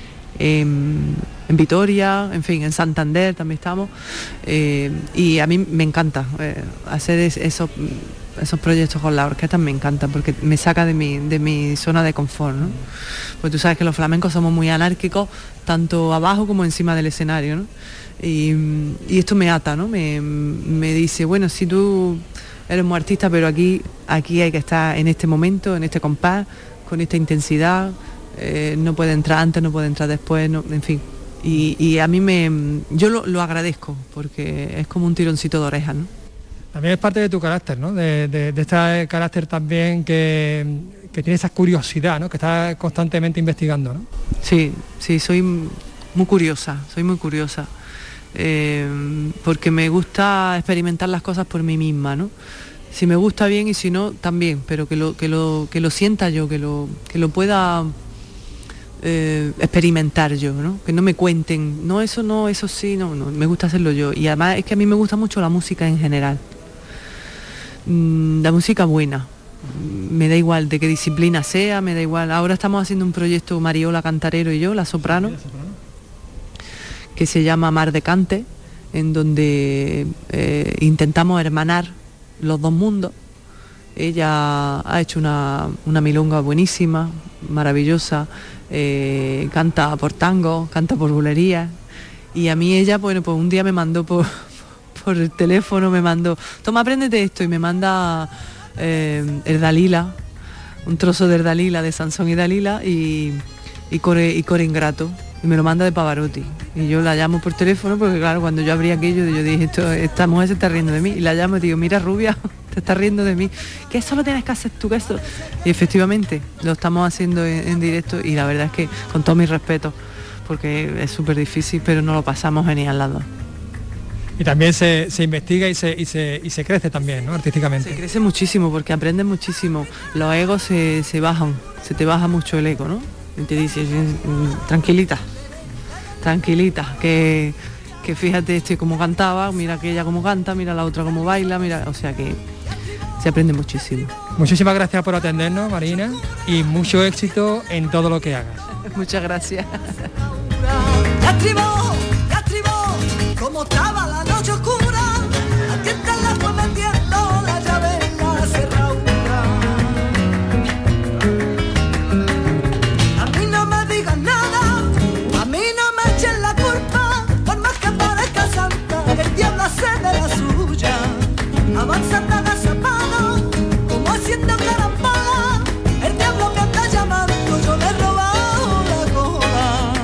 Vitoria, en fin, en Santander también estamos, y a mí me encanta hacer esos proyectos con la orquesta, me encantan porque me saca de mi zona de confort, ¿no? Pues tú sabes que los flamencos somos muy anárquicos, tanto abajo como encima del escenario, ¿no? Y esto me ata, ¿no? Me dice, bueno, si tú eres muy artista, pero aquí hay que estar en este momento, en este compás, con esta intensidad, no puede entrar antes, no puede entrar después, no, en fin. Y a mí yo lo agradezco porque es como un tironcito de oreja, ¿no? También es parte de tu carácter, ¿no? De este carácter también que tiene esa curiosidad, ¿no? Que estás constantemente investigando, ¿no? Sí, soy muy curiosa, porque me gusta experimentar las cosas por mí misma, ¿no? Si me gusta bien y si no, también, pero que lo sienta yo, que lo pueda experimentar yo, ¿no? Que no me cuenten, no, eso sí, no, me gusta hacerlo yo. Y además es que a mí me gusta mucho la música en general. La música buena, me da igual de qué disciplina sea, me da igual. Ahora estamos haciendo un proyecto Mariola Cantarero y yo, la soprano, que se llama Mar de Cante, en donde intentamos hermanar los dos mundos. Ella ha hecho una milonga buenísima, maravillosa, canta por tango, canta por bulería, y a mí ella, bueno, pues un día me mandó por el teléfono, me mandó, toma, apréndete esto, y me manda el Dalila, un trozo del Dalila, de Sansón y Dalila, y Core Ingrato, y me lo manda de Pavarotti, y yo la llamo por teléfono, porque claro, cuando yo abrí aquello, yo dije, esta mujer se está riendo de mí, y la llamo y digo, mira, rubia, te estás riendo de mí, que eso lo tienes que hacer tú, que eso, y efectivamente lo estamos haciendo en directo, y la verdad es que con todo mi respeto, porque es súper difícil, pero nos lo pasamos genial las dos. Y también se investiga y se crece también, ¿no? Artísticamente. Se crece muchísimo porque aprendes muchísimo. Los egos se bajan, se te baja mucho el ego, ¿no? Y te dices, tranquilita, que fíjate cómo cantaba, mira aquella cómo canta, mira la otra cómo baila, mira, o sea que se aprende muchísimo. Muchísimas gracias por atendernos, Marina, y mucho éxito en todo lo que hagas. Muchas gracias. Como estaba la noche oscura, a tientas la fue metiendo la llave en la cerradura. A mí no me digas nada, a mí no me echen la culpa, por más que parezca santa, el diablo hace de la suya. Avanzando agazapado, como haciendo carambola, el diablo me anda llamando, yo le he robado la cola.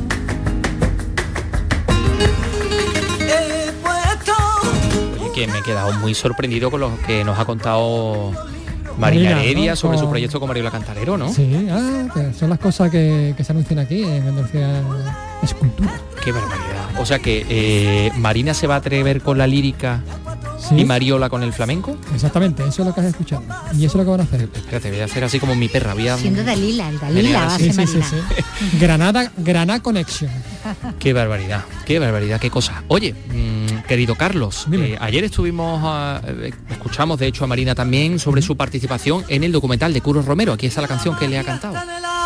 Que me he quedado muy sorprendido con lo que nos ha contado Marina Heredia, ¿no? Sobre su proyecto con Mariola Cantarero, ¿no? Sí, son las cosas que se anuncian aquí en Andalucía Escultura. Qué barbaridad. O sea que Marina se va a atrever con la lírica, ¿sí? Y Mariola con el flamenco. Exactamente, eso es lo que has escuchado. Y eso es lo que van a hacer. Espérate, voy a hacer así como mi perra. Siendo Dalila, el Dalila va a ser Marina. Sí. Granada Connection. Qué barbaridad, qué cosa. Oye, querido Carlos, ayer escuchamos de hecho a Marina también sobre su participación en el documental de Curro Romero. Aquí está la canción que le ha cantado.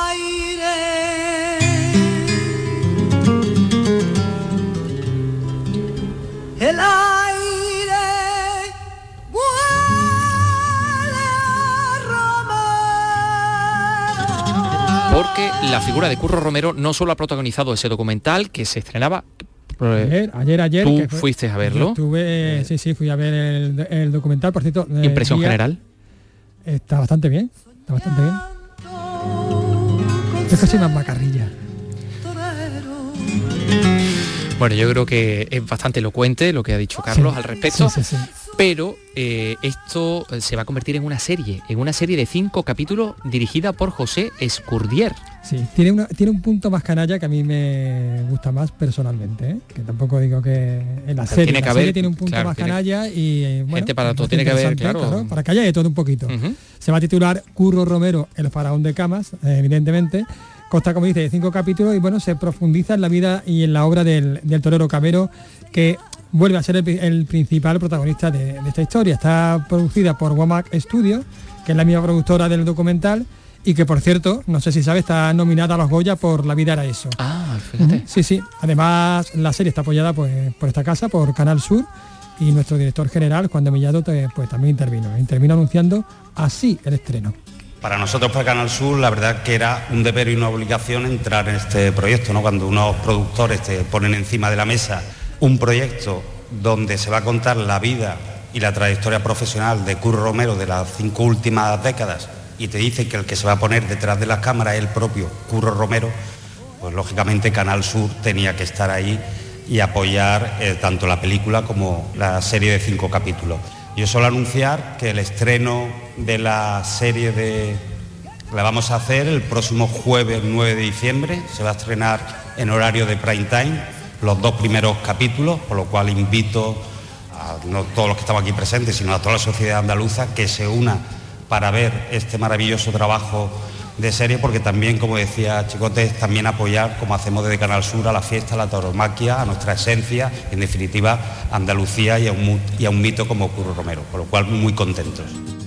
El aire huele a Romero. Porque la figura de Curro Romero no solo ha protagonizado ese documental que se estrenaba ayer. ¿Tú fuiste a verlo? Sí, fui a ver el documental, por cierto. ¿Impresión general? Está bastante bien. Es casi más macarrilla. Bueno, yo creo que es bastante elocuente lo que ha dicho Carlos al respecto, sí. Pero esto se va a convertir en una serie de 5 capítulos dirigida por José Escurdier. Sí, tiene un punto más canalla que a mí me gusta más personalmente, ¿eh? Que tampoco digo que en la serie, tiene que haber, tiene un punto más canalla y bueno, gente para todo, tiene que haber, claro, para que haya de todo un poquito. Se va a titular Curro Romero, el faraón de camas, evidentemente. Consta, como dice, de 5 capítulos y bueno, se profundiza en la vida y en la obra del torero Camero, que vuelve a ser el principal protagonista de esta historia. Está producida por Womack Studios, que es la misma productora del documental, y que, por cierto, no sé si sabes, está nominada a los Goya por La vida era eso. Ah, fíjate. Sí. Además, la serie está apoyada pues, por esta casa, por Canal Sur, y nuestro director general, Juan de Mellado, pues también intervino anunciando así el estreno. Para nosotros, para Canal Sur, la verdad que era un deber y una obligación entrar en este proyecto, ¿no? Cuando unos productores te ponen encima de la mesa un proyecto donde se va a contar la vida y la trayectoria profesional de Curro Romero de las 5 últimas décadas, y te dice que el que se va a poner detrás de las cámaras es el propio Curro Romero, pues lógicamente Canal Sur tenía que estar ahí y apoyar tanto la película como la serie de 5 capítulos. Yo suelo anunciar que el estreno de la serie la vamos a hacer el próximo jueves 9 de diciembre, se va a estrenar en horario de prime time, los 2 primeros capítulos, por lo cual invito a no todos los que estamos aquí presentes, sino a toda la sociedad andaluza que se una para ver este maravilloso trabajo de serie, porque también, como decía Chicote, es también apoyar, como hacemos desde Canal Sur, a la fiesta, a la tauromaquia, a nuestra esencia, en definitiva, a Andalucía y a un mito como Curro Romero, por lo cual muy contentos.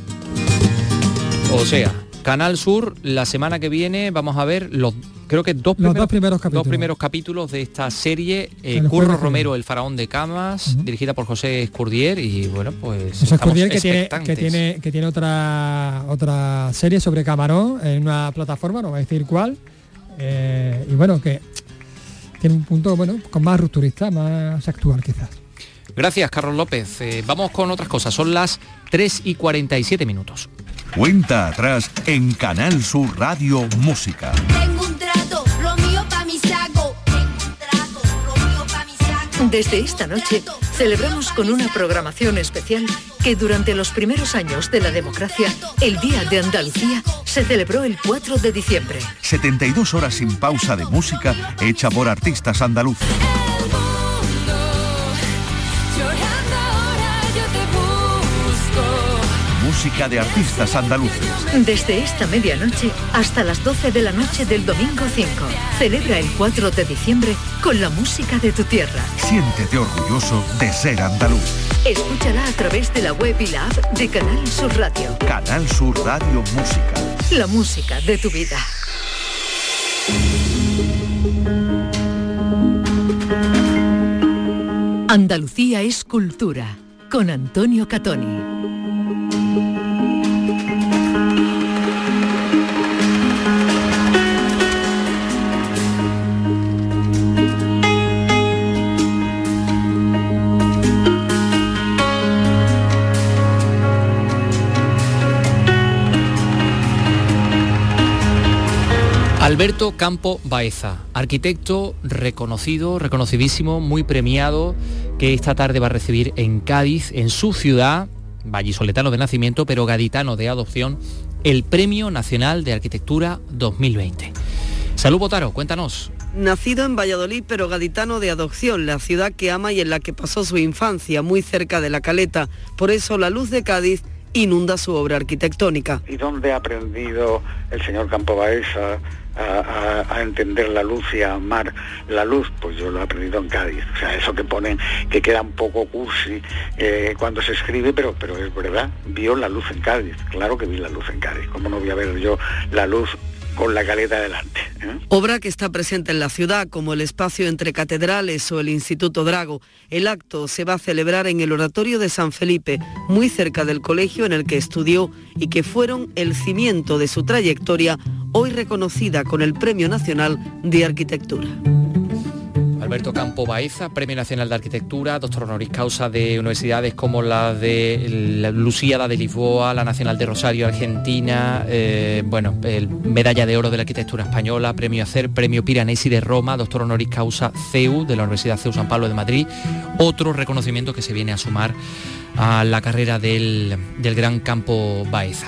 O sea, Canal Sur, la semana que viene vamos a ver los dos primeros capítulos de esta serie, Curro Romero, el faraón de camas, dirigida por José Escurdier, y bueno, pues José Escurdier, que tiene otra serie sobre Camarón en una plataforma, no voy a decir cuál, y bueno, que tiene un punto con más rupturista, más actual quizás. Gracias, Carlos López. Vamos con otras cosas, son las 3:47. Cuenta atrás en Canal Sur Radio Música. Tengo un trato, lo mío pa' mi saco. Desde esta noche celebramos con una programación especial que durante los primeros años de la democracia, el Día de Andalucía se celebró el 4 de diciembre. 72 horas sin pausa de música hecha por artistas andaluces. Música de artistas andaluces. Desde esta medianoche hasta las 12 de la noche del domingo 5. Celebra el 4 de diciembre con la música de tu tierra. Siéntete orgulloso de ser andaluz. Escúchala a través de la web y la app de Canal Sur Radio. Canal Sur Radio Música. La música de tu vida. Andalucía es cultura, con Antonio Catoni. Alberto Campo Baeza, arquitecto reconocidísimo, muy premiado, que esta tarde va a recibir en Cádiz, en su ciudad, vallisoletano de nacimiento, pero gaditano de adopción, el Premio Nacional de Arquitectura 2020. Salud, Botaro, cuéntanos. Nacido en Valladolid, pero gaditano de adopción, la ciudad que ama y en la que pasó su infancia, muy cerca de La Caleta. Por eso la luz de Cádiz inunda su obra arquitectónica. ¿Y dónde ha aprendido el señor Campo Baeza a entender la luz y a amar la luz? Pues yo lo he aprendido en Cádiz. O sea, eso que ponen, que queda un poco cursi cuando se escribe, pero es verdad, vio la luz en Cádiz. Claro que vi la luz en Cádiz. ¿Cómo no voy a ver yo la luz con La Caleta delante? Obra que está presente en la ciudad, como el espacio entre catedrales o el Instituto Drago. El acto se va a celebrar en el Oratorio de San Felipe, muy cerca del colegio en el que estudió y que fueron el cimiento de su trayectoria, hoy reconocida con el Premio Nacional de Arquitectura. Alberto Campo Baeza, Premio Nacional de Arquitectura, doctor honoris causa de universidades como la de la Lusíada de Lisboa, la Nacional de Rosario, Argentina, Medalla de Oro de la Arquitectura Española, Premio ACER, Premio Piranesi de Roma, doctor honoris causa CEU de la Universidad CEU San Pablo de Madrid, otro reconocimiento que se viene a sumar a la carrera del gran Campo Baeza.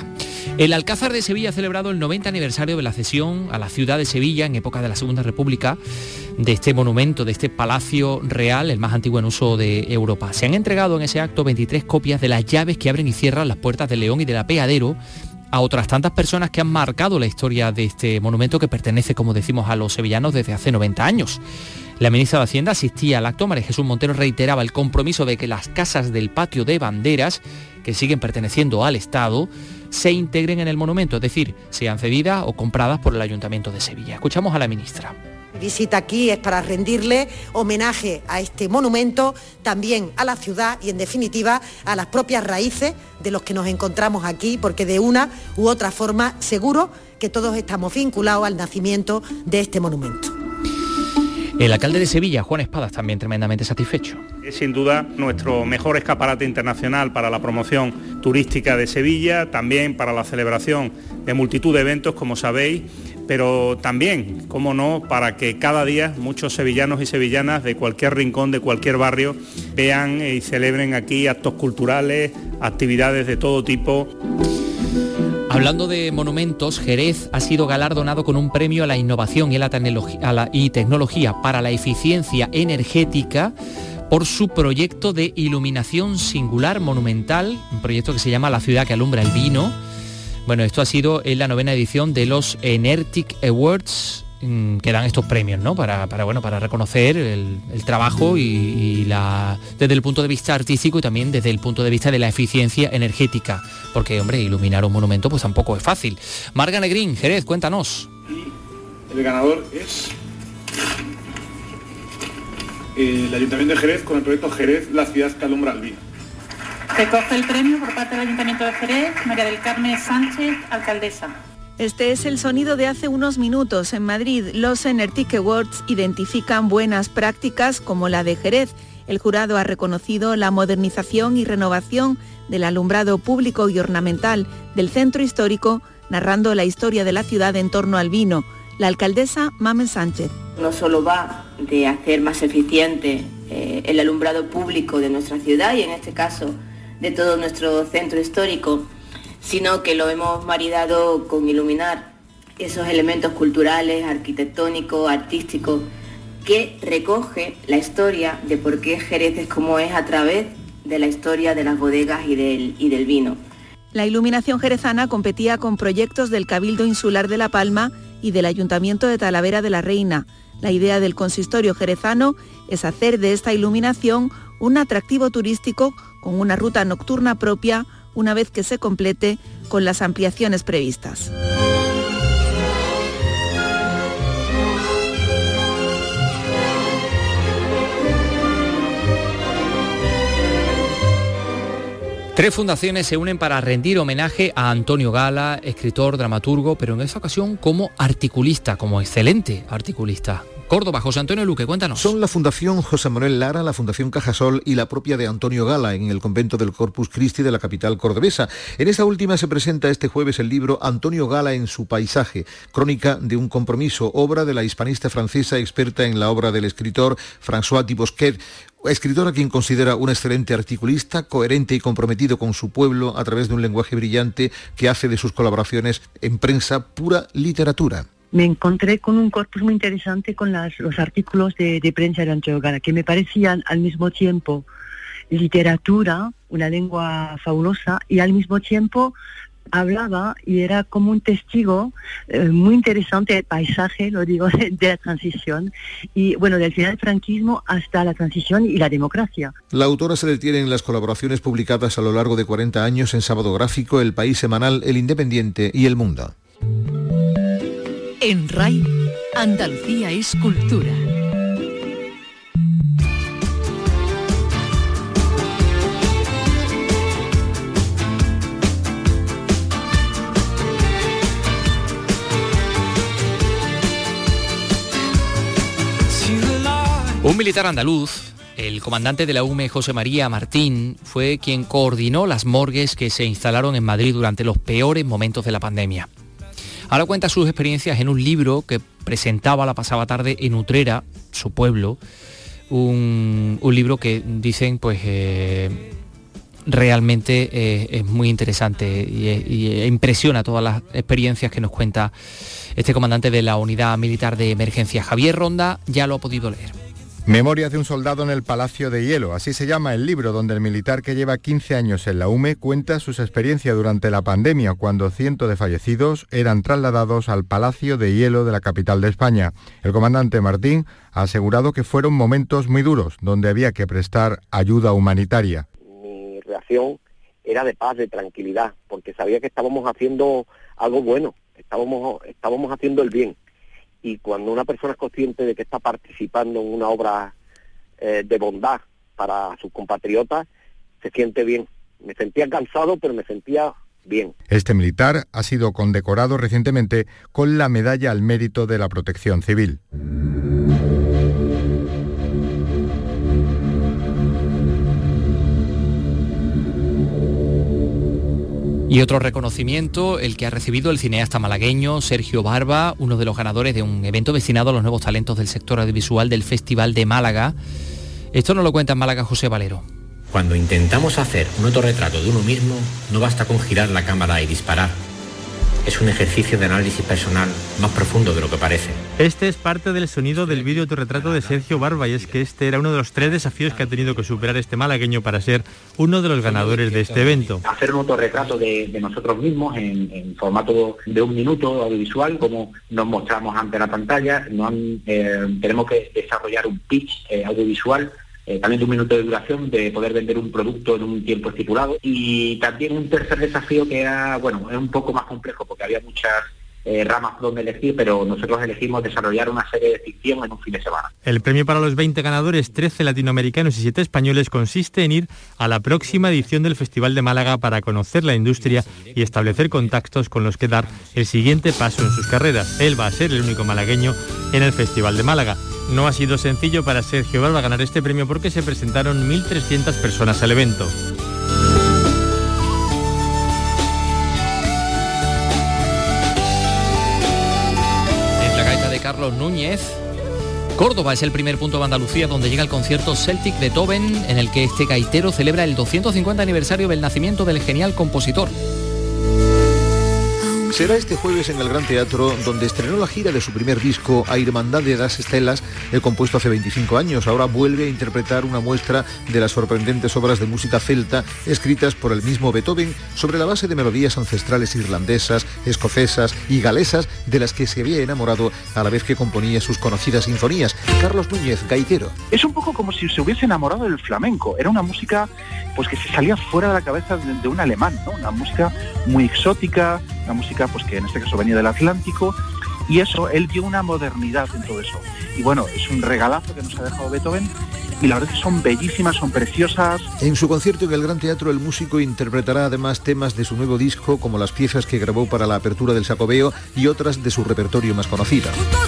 El Alcázar de Sevilla ha celebrado el 90 aniversario de la cesión a la ciudad de Sevilla en época de la Segunda República de este monumento, de este palacio real, el más antiguo en uso de Europa. Se han entregado en ese acto 23 copias de las llaves que abren y cierran las puertas de León y del Apeadero a otras tantas personas que han marcado la historia de este monumento que pertenece, como decimos, a los sevillanos desde hace 90 años. La ministra de Hacienda asistía al acto. María Jesús Montero reiteraba el compromiso de que las casas del patio de banderas, que siguen perteneciendo al Estado, se integren en el monumento, es decir, sean cedidas o compradas por el Ayuntamiento de Sevilla. Escuchamos a la ministra. Visita aquí es para rendirle homenaje a este monumento, también a la ciudad y, en definitiva, a las propias raíces de los que nos encontramos aquí, porque de una u otra forma seguro que todos estamos vinculados al nacimiento de este monumento. El alcalde de Sevilla, Juan Espadas, también tremendamente satisfecho. Es sin duda nuestro mejor escaparate internacional para la promoción turística de Sevilla, también para la celebración de multitud de eventos, como sabéis, pero también, cómo no, para que cada día muchos sevillanos y sevillanas de cualquier rincón, de cualquier barrio, vean y celebren aquí actos culturales, actividades de todo tipo. Hablando de monumentos, Jerez ha sido galardonado con un premio a la innovación y a la tecnología para la eficiencia energética por su proyecto de iluminación singular monumental, un proyecto que se llama La ciudad que alumbra el vino. Bueno, esto ha sido en la 9ª edición de los Enertic Awards, que dan estos premios, ¿no? Para reconocer el trabajo y desde el punto de vista artístico y también desde el punto de vista de la eficiencia energética, porque, hombre, iluminar un monumento pues tampoco es fácil. Marga Negrín, Jerez, cuéntanos. Y el ganador es el Ayuntamiento de Jerez con el proyecto Jerez, la ciudad que alumbra el vino. Recoge el premio por parte del Ayuntamiento de Jerez, María del Carmen Sánchez, alcaldesa. Este es el sonido de hace unos minutos. En Madrid, los Enertic Awards identifican buenas prácticas como la de Jerez. El jurado ha reconocido la modernización y renovación del alumbrado público y ornamental del centro histórico, narrando la historia de la ciudad en torno al vino. La alcaldesa Mamen Sánchez. No solo va de hacer más eficiente el alumbrado público de nuestra ciudad y en este caso de todo nuestro centro histórico, sino que lo hemos maridado con iluminar esos elementos culturales, arquitectónicos, artísticos, que recoge la historia de por qué Jerez es como es a través de la historia de las bodegas y del vino. La iluminación jerezana competía con proyectos del Cabildo Insular de La Palma y del Ayuntamiento de Talavera de la Reina. La idea del consistorio jerezano es hacer de esta iluminación un atractivo turístico con una ruta nocturna propia una vez que se complete con las ampliaciones previstas. Tres fundaciones se unen para rendir homenaje a Antonio Gala, escritor, dramaturgo, pero en esta ocasión como articulista, como excelente articulista. Córdoba, José Antonio Luque, cuéntanos. Son la Fundación José Manuel Lara, la Fundación Cajasol y la propia de Antonio Gala, en el convento del Corpus Christi de la capital cordobesa. En esta última se presenta este jueves el libro Antonio Gala en su paisaje, crónica de un compromiso, obra de la hispanista francesa experta en la obra del escritor François Dubosquet, escritor a quien considera un excelente articulista, coherente y comprometido con su pueblo a través de un lenguaje brillante que hace de sus colaboraciones en prensa pura literatura. Me encontré con un corpus muy interesante con los artículos de prensa de Antonio Gala, que me parecían al mismo tiempo literatura, una lengua fabulosa, y al mismo tiempo hablaba y era como un testigo muy interesante del paisaje, lo digo, de la transición, y bueno, del final del franquismo hasta la transición y la democracia. La autora se detiene en las colaboraciones publicadas a lo largo de 40 años en Sábado Gráfico, El País Semanal, El Independiente y El Mundo. En RAI, Andalucía es cultura. Un militar andaluz, el comandante de la UME, José María Martín, fue quien coordinó las morgues que se instalaron en Madrid durante los peores momentos de la pandemia. Ahora cuenta sus experiencias en un libro que presentaba la pasada tarde en Utrera, su pueblo, un libro que dicen pues realmente es muy interesante y impresiona todas las experiencias que nos cuenta este comandante de la Unidad Militar de Emergencia. Javier Ronda ya lo ha podido leer. Memorias de un soldado en el Palacio de Hielo, así se llama el libro donde el militar que lleva 15 años en la UME cuenta sus experiencias durante la pandemia, cuando cientos de fallecidos eran trasladados al Palacio de Hielo de la capital de España. El comandante Martín ha asegurado que fueron momentos muy duros, donde había que prestar ayuda humanitaria. Mi reacción era de paz, de tranquilidad, porque sabía que estábamos haciendo algo bueno, estábamos haciendo el bien. Y cuando una persona es consciente de que está participando en una obra de bondad para sus compatriotas, se siente bien. Me sentía cansado, pero me sentía bien. Este militar ha sido condecorado recientemente con la Medalla al Mérito de la Protección Civil. Y otro reconocimiento, el que ha recibido el cineasta malagueño Sergio Barba, uno de los ganadores de un evento destinado a los nuevos talentos del sector audiovisual del Festival de Málaga. Esto nos lo cuenta en Málaga José Valero. Cuando intentamos hacer un autorretrato de uno mismo, no basta con girar la cámara y disparar. Es un ejercicio de análisis personal más profundo de lo que parece. Este es parte del sonido del vídeo autorretrato de Sergio Barba, y es que este era uno de los 3 desafíos que ha tenido que superar este malagueño para ser uno de los ganadores de este evento. Hacer un autorretrato de nosotros mismos en formato de 1 minuto audiovisual, como nos mostramos ante la pantalla. Tenemos que desarrollar un pitch audiovisual también de 1 minuto de duración, de poder vender un producto en un tiempo estipulado. Y también un tercer desafío que era, es un poco más complejo porque había muchas ramas donde elegir, pero nosotros elegimos desarrollar una serie de ficción en un fin de semana. El premio para los 20 ganadores, 13 latinoamericanos y 7 españoles, consiste en ir a la próxima edición del Festival de Málaga para conocer la industria y establecer contactos con los que dar el siguiente paso en sus carreras. Él va a ser el único malagueño en el Festival de Málaga. No ha sido sencillo para Sergio Barba ganar este premio porque se presentaron 1.300 personas al evento. Carlos Núñez. Córdoba es el primer punto de Andalucía donde llega el concierto Celtic Beethoven, en el que este gaitero celebra el 250 aniversario del nacimiento del genial compositor. Será este jueves en el Gran Teatro, donde estrenó la gira de su primer disco, A Irmandad de las Estelas, compuesto hace 25 años. Ahora vuelve a interpretar una muestra de las sorprendentes obras de música celta escritas por el mismo Beethoven sobre la base de melodías ancestrales irlandesas, escocesas y galesas, de las que se había enamorado a la vez que componía sus conocidas sinfonías. Carlos Núñez, gaitero. Es un poco como si se hubiese enamorado del flamenco. Era una música que se salía fuera de la cabeza de un alemán, ¿no? Una música muy exótica, una música que en este caso venía del Atlántico, y eso, él vio una modernidad en todo eso. Y es un regalazo que nos ha dejado Beethoven, y la verdad es que son bellísimas, son preciosas. En su concierto en el Gran Teatro, el músico interpretará además temas de su nuevo disco, como las piezas que grabó para la apertura del Xacobeo y otras de su repertorio más conocida.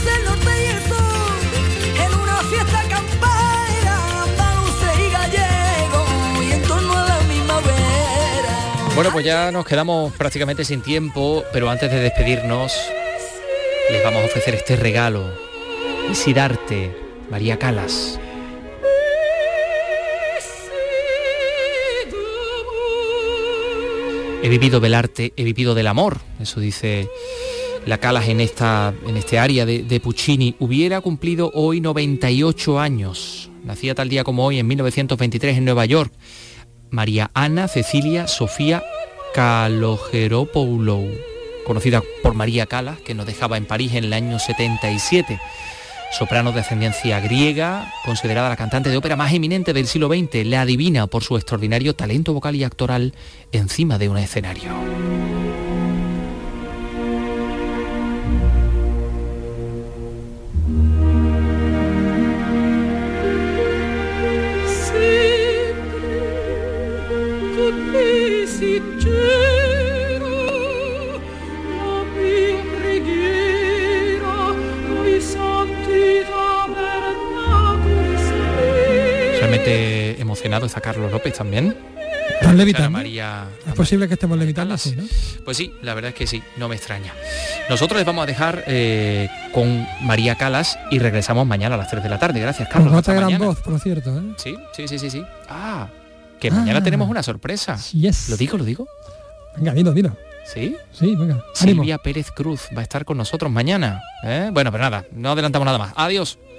Bueno, pues ya nos quedamos prácticamente sin tiempo, pero antes de despedirnos les vamos a ofrecer este regalo. Sidarte, María Calas. He vivido del arte, he vivido del amor, eso dice la Calas en este área de Puccini. Hubiera cumplido hoy 98 años. Nacía tal día como hoy, en 1923, en Nueva York. María Ana Cecilia Sofía Kalogeropoulou, conocida por María Calas, que nos dejaba en París en el año 77. Soprano de ascendencia griega, considerada la cantante de ópera más eminente del siglo XX, la adivina por su extraordinario talento vocal y actoral encima de un escenario. Realmente emocionado está Carlos López también. ¿Estás levitando? María... ¿Es posible que estemos levitando así, no? Pues sí, la verdad es que sí, no me extraña. Nosotros les vamos a dejar con María Calas y regresamos mañana a las 3 de la tarde. Gracias, Carlos. Con otra gran voz, por cierto, ¿eh? Sí. Ah, que mañana tenemos una sorpresa. Yes. ¿Lo digo? Venga, dilo. ¿Sí? Sí, venga. Silvia Pérez Cruz va a estar con nosotros mañana. Bueno, pero nada, no adelantamos nada más. Adiós.